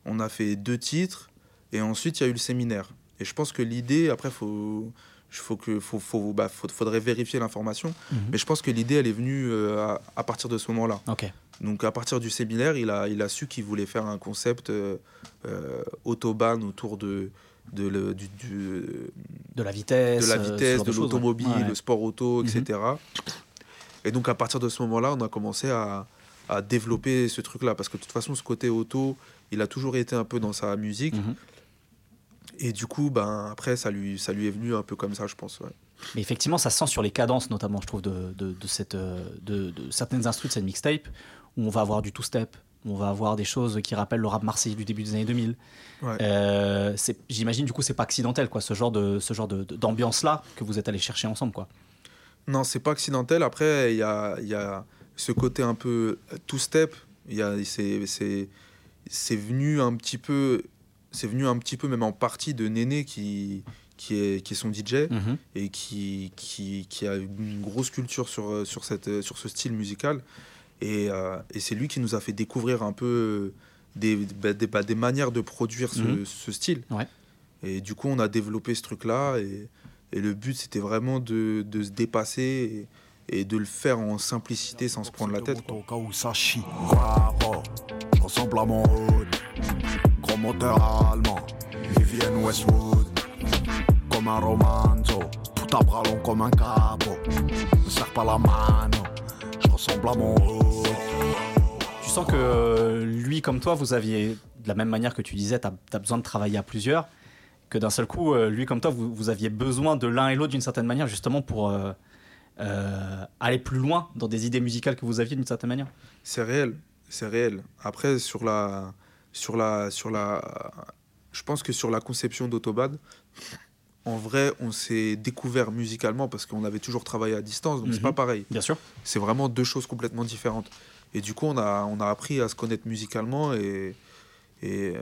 [SPEAKER 5] On a fait deux titres et ensuite il y a eu le séminaire. Et je pense que l'idée, après, faut, faut que, faut, faut, bah, faut, faudrait vérifier l'information. Mm-hmm. Mais je pense que l'idée, elle est venue euh, à, à partir de ce moment-là.
[SPEAKER 4] Okay.
[SPEAKER 5] Donc à partir du séminaire, il a, il a su qu'il voulait faire un concept euh, euh, autobahn autour de, de, le, du, du,
[SPEAKER 4] de la vitesse,
[SPEAKER 5] de, la vitesse,
[SPEAKER 4] euh,
[SPEAKER 5] de, de l'automobile, ouais. le sport auto, et cetera. Mm-hmm. Et donc à partir de ce moment-là, on a commencé à, à développer ce truc-là. Parce que de toute façon, ce côté auto, il a toujours été un peu dans sa musique. Mm-hmm. Et du coup, ben, après, ça lui, ça lui est venu un peu comme ça, je pense. Ouais.
[SPEAKER 4] Mais effectivement, ça sent sur les cadences, notamment, je trouve, de, de, de, cette, de, de certaines instrus de cette mixtape, où on va avoir du two-step, où on va avoir des choses qui rappellent le rap marseillais du début des années deux mille. Ouais. Euh, c'est, j'imagine, du coup, c'est pas accidentel, quoi, ce genre, de, ce genre de, de, d'ambiance-là que vous êtes allés chercher ensemble, quoi.
[SPEAKER 5] Non, c'est pas accidentel. Après, il y a, y a ce côté un peu two-step. Y a, c'est, c'est, c'est venu un petit peu... C'est venu un petit peu même en partie de Néné qui, qui, est, qui est son D J mm-hmm. et qui, qui, qui a une grosse culture sur, sur, cette, sur ce style musical. Et, euh, et c'est lui qui nous a fait découvrir un peu des, des, des, des manières de produire ce, mm-hmm. ce style.
[SPEAKER 4] Ouais.
[SPEAKER 5] Et du coup, on a développé ce truc-là. Et, et le but, c'était vraiment de, de se dépasser et, et de le faire en simplicité sans se prendre la tête. Quoi.
[SPEAKER 7] Je ressemble à mon hood. Gros moteur allemand, Vivienne Westwood. Comme un romanzo, tout à bras long comme un capot. Ne serre pas la mano, je ressemble à mon hood.
[SPEAKER 4] Tu sens que lui comme toi, vous aviez, de la même manière que tu disais, t'as, t'as besoin de travailler à plusieurs, que d'un seul coup, lui comme toi, vous, vous aviez besoin de l'un et l'autre d'une certaine manière, justement pour euh, euh, aller plus loin dans des idées musicales que vous aviez d'une certaine manière.
[SPEAKER 5] C'est réel, c'est réel. Après, sur la... Sur la, sur la, je pense que sur la conception d'Autobahn, en vrai, on s'est découvert musicalement parce qu'on avait toujours travaillé à distance, donc mm-hmm. c'est pas pareil.
[SPEAKER 4] Bien sûr.
[SPEAKER 5] C'est vraiment deux choses complètement différentes. Et du coup, on a, on a appris à se connaître musicalement et, et,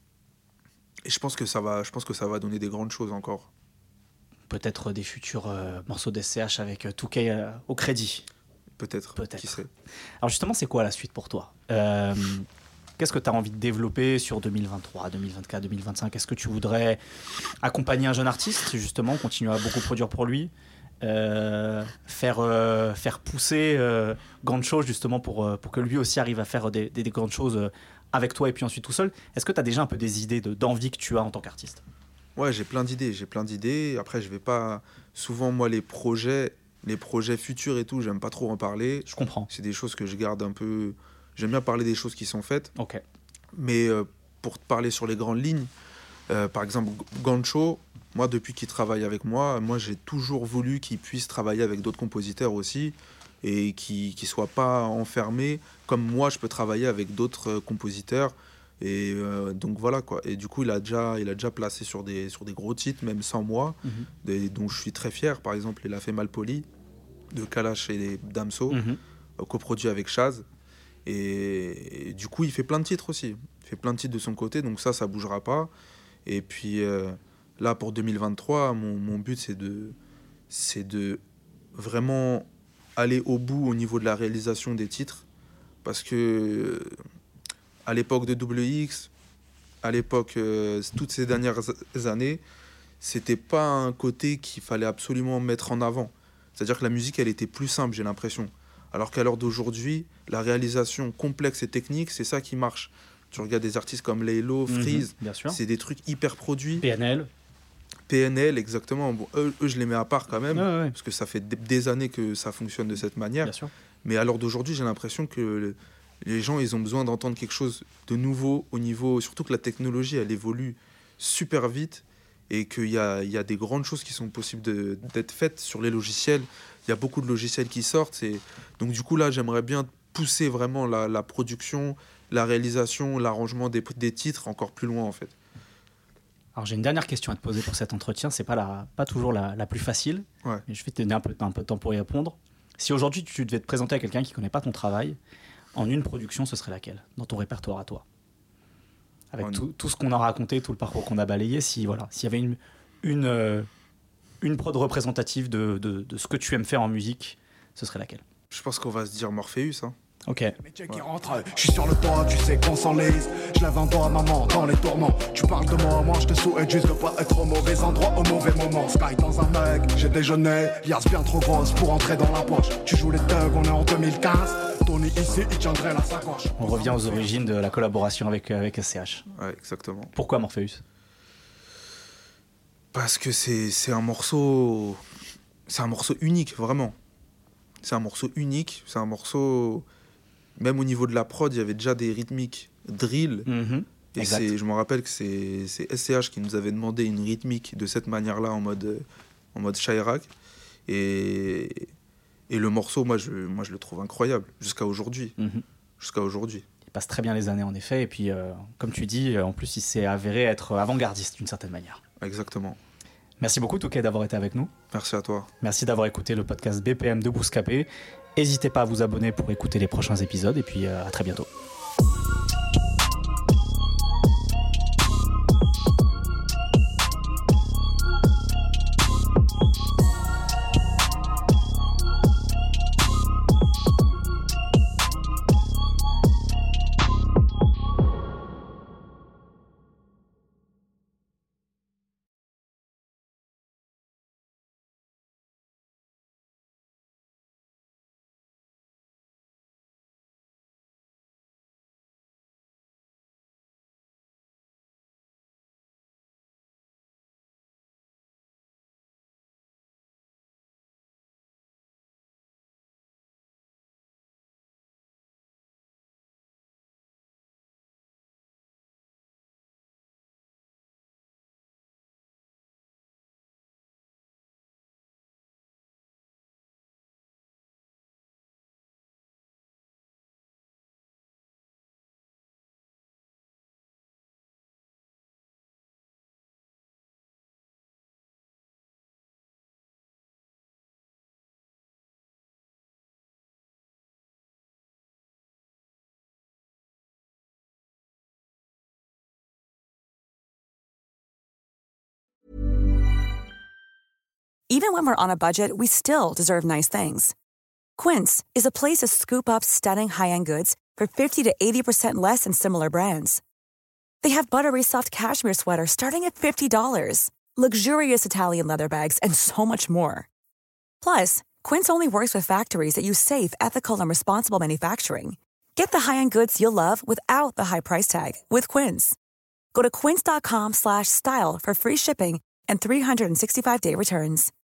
[SPEAKER 5] et je pense que ça va, je pense que ça va donner des grandes choses encore.
[SPEAKER 4] Peut-être des futurs euh, morceaux d'S C H avec euh, deux K euh, au crédit.
[SPEAKER 5] Peut-être.
[SPEAKER 4] Peut-être.
[SPEAKER 5] Qui sait.
[SPEAKER 4] Alors justement, c'est quoi la suite pour toi ? euh, Qu'est-ce que tu as envie de développer sur deux mille vingt-trois, deux mille vingt-quatre, deux mille vingt-cinq ? Est-ce que tu voudrais accompagner un jeune artiste, justement, continuer à beaucoup produire pour lui, euh, faire, euh, faire pousser euh, grandes choses, justement, pour, euh, pour que lui aussi arrive à faire des, des, des grandes choses avec toi et puis ensuite tout seul ? Est-ce que tu as déjà un peu des idées de, d'envie que tu as en tant qu'artiste ?
[SPEAKER 5] Ouais, j'ai plein d'idées, j'ai plein d'idées. Après, je vais pas... Souvent, moi, les projets, les projets futurs et tout, j'aime pas trop en parler.
[SPEAKER 4] Je comprends.
[SPEAKER 5] C'est des choses que je garde un peu... J'aime bien parler des choses qui sont faites.
[SPEAKER 4] Okay.
[SPEAKER 5] Mais euh, pour te parler sur les grandes lignes, euh, par exemple, Gancho, moi, depuis qu'il travaille avec moi, moi, j'ai toujours voulu qu'il puisse travailler avec d'autres compositeurs aussi et qu'il ne soit pas enfermé comme moi, je peux travailler avec d'autres euh, compositeurs. Et euh, donc voilà, quoi. Et du coup, il a déjà, il a déjà placé sur des, sur des gros titres, même sans moi, mm-hmm. des, dont je suis très fier. Par exemple, il a fait Malpoli, de Kalash et Damso, mm-hmm. euh, coproduit avec Chaz. Et, et du coup, il fait plein de titres aussi. Il fait plein de titres de son côté, donc ça, ça bougera pas. Et puis euh, là, pour deux mille vingt-trois, mon, mon but, c'est de, c'est de vraiment aller au bout au niveau de la réalisation des titres. Parce que à l'époque de W X, à l'époque, euh, toutes ces dernières années, c'était pas un côté qu'il fallait absolument mettre en avant. C'est-à-dire que la musique, elle était plus simple, j'ai l'impression. Alors qu'à l'heure d'aujourd'hui, la réalisation complexe et technique, c'est ça qui marche. Tu regardes des artistes comme Laylo, Freeze,
[SPEAKER 4] mmh,
[SPEAKER 5] c'est des trucs hyper produits.
[SPEAKER 4] P N L.
[SPEAKER 5] P N L, exactement. Bon, eux, eux, je les mets à part quand même,
[SPEAKER 4] ouais, ouais.
[SPEAKER 5] parce que ça fait des années que ça fonctionne de cette manière.
[SPEAKER 4] Bien sûr.
[SPEAKER 5] Mais à l'heure d'aujourd'hui, j'ai l'impression que les gens, ils ont besoin d'entendre quelque chose de nouveau au niveau... Surtout que la technologie, elle évolue super vite et qu'il y a, il y a des grandes choses qui sont possibles de, d'être faites sur les logiciels. Il y a beaucoup de logiciels qui sortent. C'est... Donc du coup, là, j'aimerais bien pousser vraiment la, la production, la réalisation, l'arrangement des, des titres encore plus loin, en fait.
[SPEAKER 4] Alors, j'ai une dernière question à te poser pour cet entretien. C'est pas, la, pas toujours la, la plus facile.
[SPEAKER 5] Ouais.
[SPEAKER 4] Mais je vais te donner un peu, un peu de temps pour y répondre. Si aujourd'hui, tu devais te présenter à quelqu'un qui ne connaît pas ton travail, en une production, ce serait laquelle, dans ton répertoire à toi ? Avec
[SPEAKER 5] en...
[SPEAKER 4] tout, tout ce qu'on a raconté, tout le parcours qu'on a balayé, si, voilà, s'il y avait une, une, euh, une prod représentative de, de, de ce que tu aimes faire en musique, ce serait laquelle ?
[SPEAKER 5] Je pense qu'on va se dire Morpheus. Hein.
[SPEAKER 4] Ok.
[SPEAKER 7] Métier qui rentre, je suis sur le toit, tu sais qu'on s'enlise. Je lève un doigt, maman, dans les tourments. Tu parles de moi, moi je te souhaite juste de pas être au mauvais endroit, au mauvais moment. Sky dans un mec, j'ai déjeuné, liasse bien trop grosse pour entrer dans la poche. Tu joues les thugs, on est en deux mille quinze. Tony ici, il tiendrait la sacoche.
[SPEAKER 4] On revient aux origines de la collaboration avec, avec S C H.
[SPEAKER 5] Ouais, exactement.
[SPEAKER 4] Pourquoi Morpheus ?
[SPEAKER 5] Parce que c'est, c'est un morceau. C'est un morceau unique, vraiment. C'est un morceau unique, c'est un morceau. Même au niveau de la prod, il y avait déjà des rythmiques drill.
[SPEAKER 4] Mm-hmm.
[SPEAKER 5] Et c'est, je me rappelle que c'est, c'est S C H qui nous avait demandé une rythmique de cette manière-là, en mode, en mode Chirac. Et, et le morceau, moi je, moi, je le trouve incroyable, jusqu'à aujourd'hui.
[SPEAKER 4] Mm-hmm.
[SPEAKER 5] Jusqu'à aujourd'hui.
[SPEAKER 4] Il passe très bien les années, en effet. Et puis, euh, comme tu dis, en plus, il s'est avéré être avant-gardiste, d'une certaine manière.
[SPEAKER 5] Exactement.
[SPEAKER 4] Merci beaucoup, Touquet, d'avoir été avec nous.
[SPEAKER 5] Merci à toi.
[SPEAKER 4] Merci d'avoir écouté le podcast B P M de Bouscapé. N'hésitez pas à vous abonner pour écouter les prochains épisodes. Et puis, euh, à très bientôt.
[SPEAKER 12] Even when we're on a budget, we still deserve nice things. Quince is a place to scoop up stunning high-end goods for fifty to eighty percent less than similar brands. They have buttery soft cashmere sweaters starting at fifty dollars, luxurious Italian leather bags, and so much more. Plus, Quince only works with factories that use safe, ethical, and responsible manufacturing. Get the high-end goods you'll love without the high price tag with Quince. Go to quince dot com slash style for free shipping and three sixty-five day returns.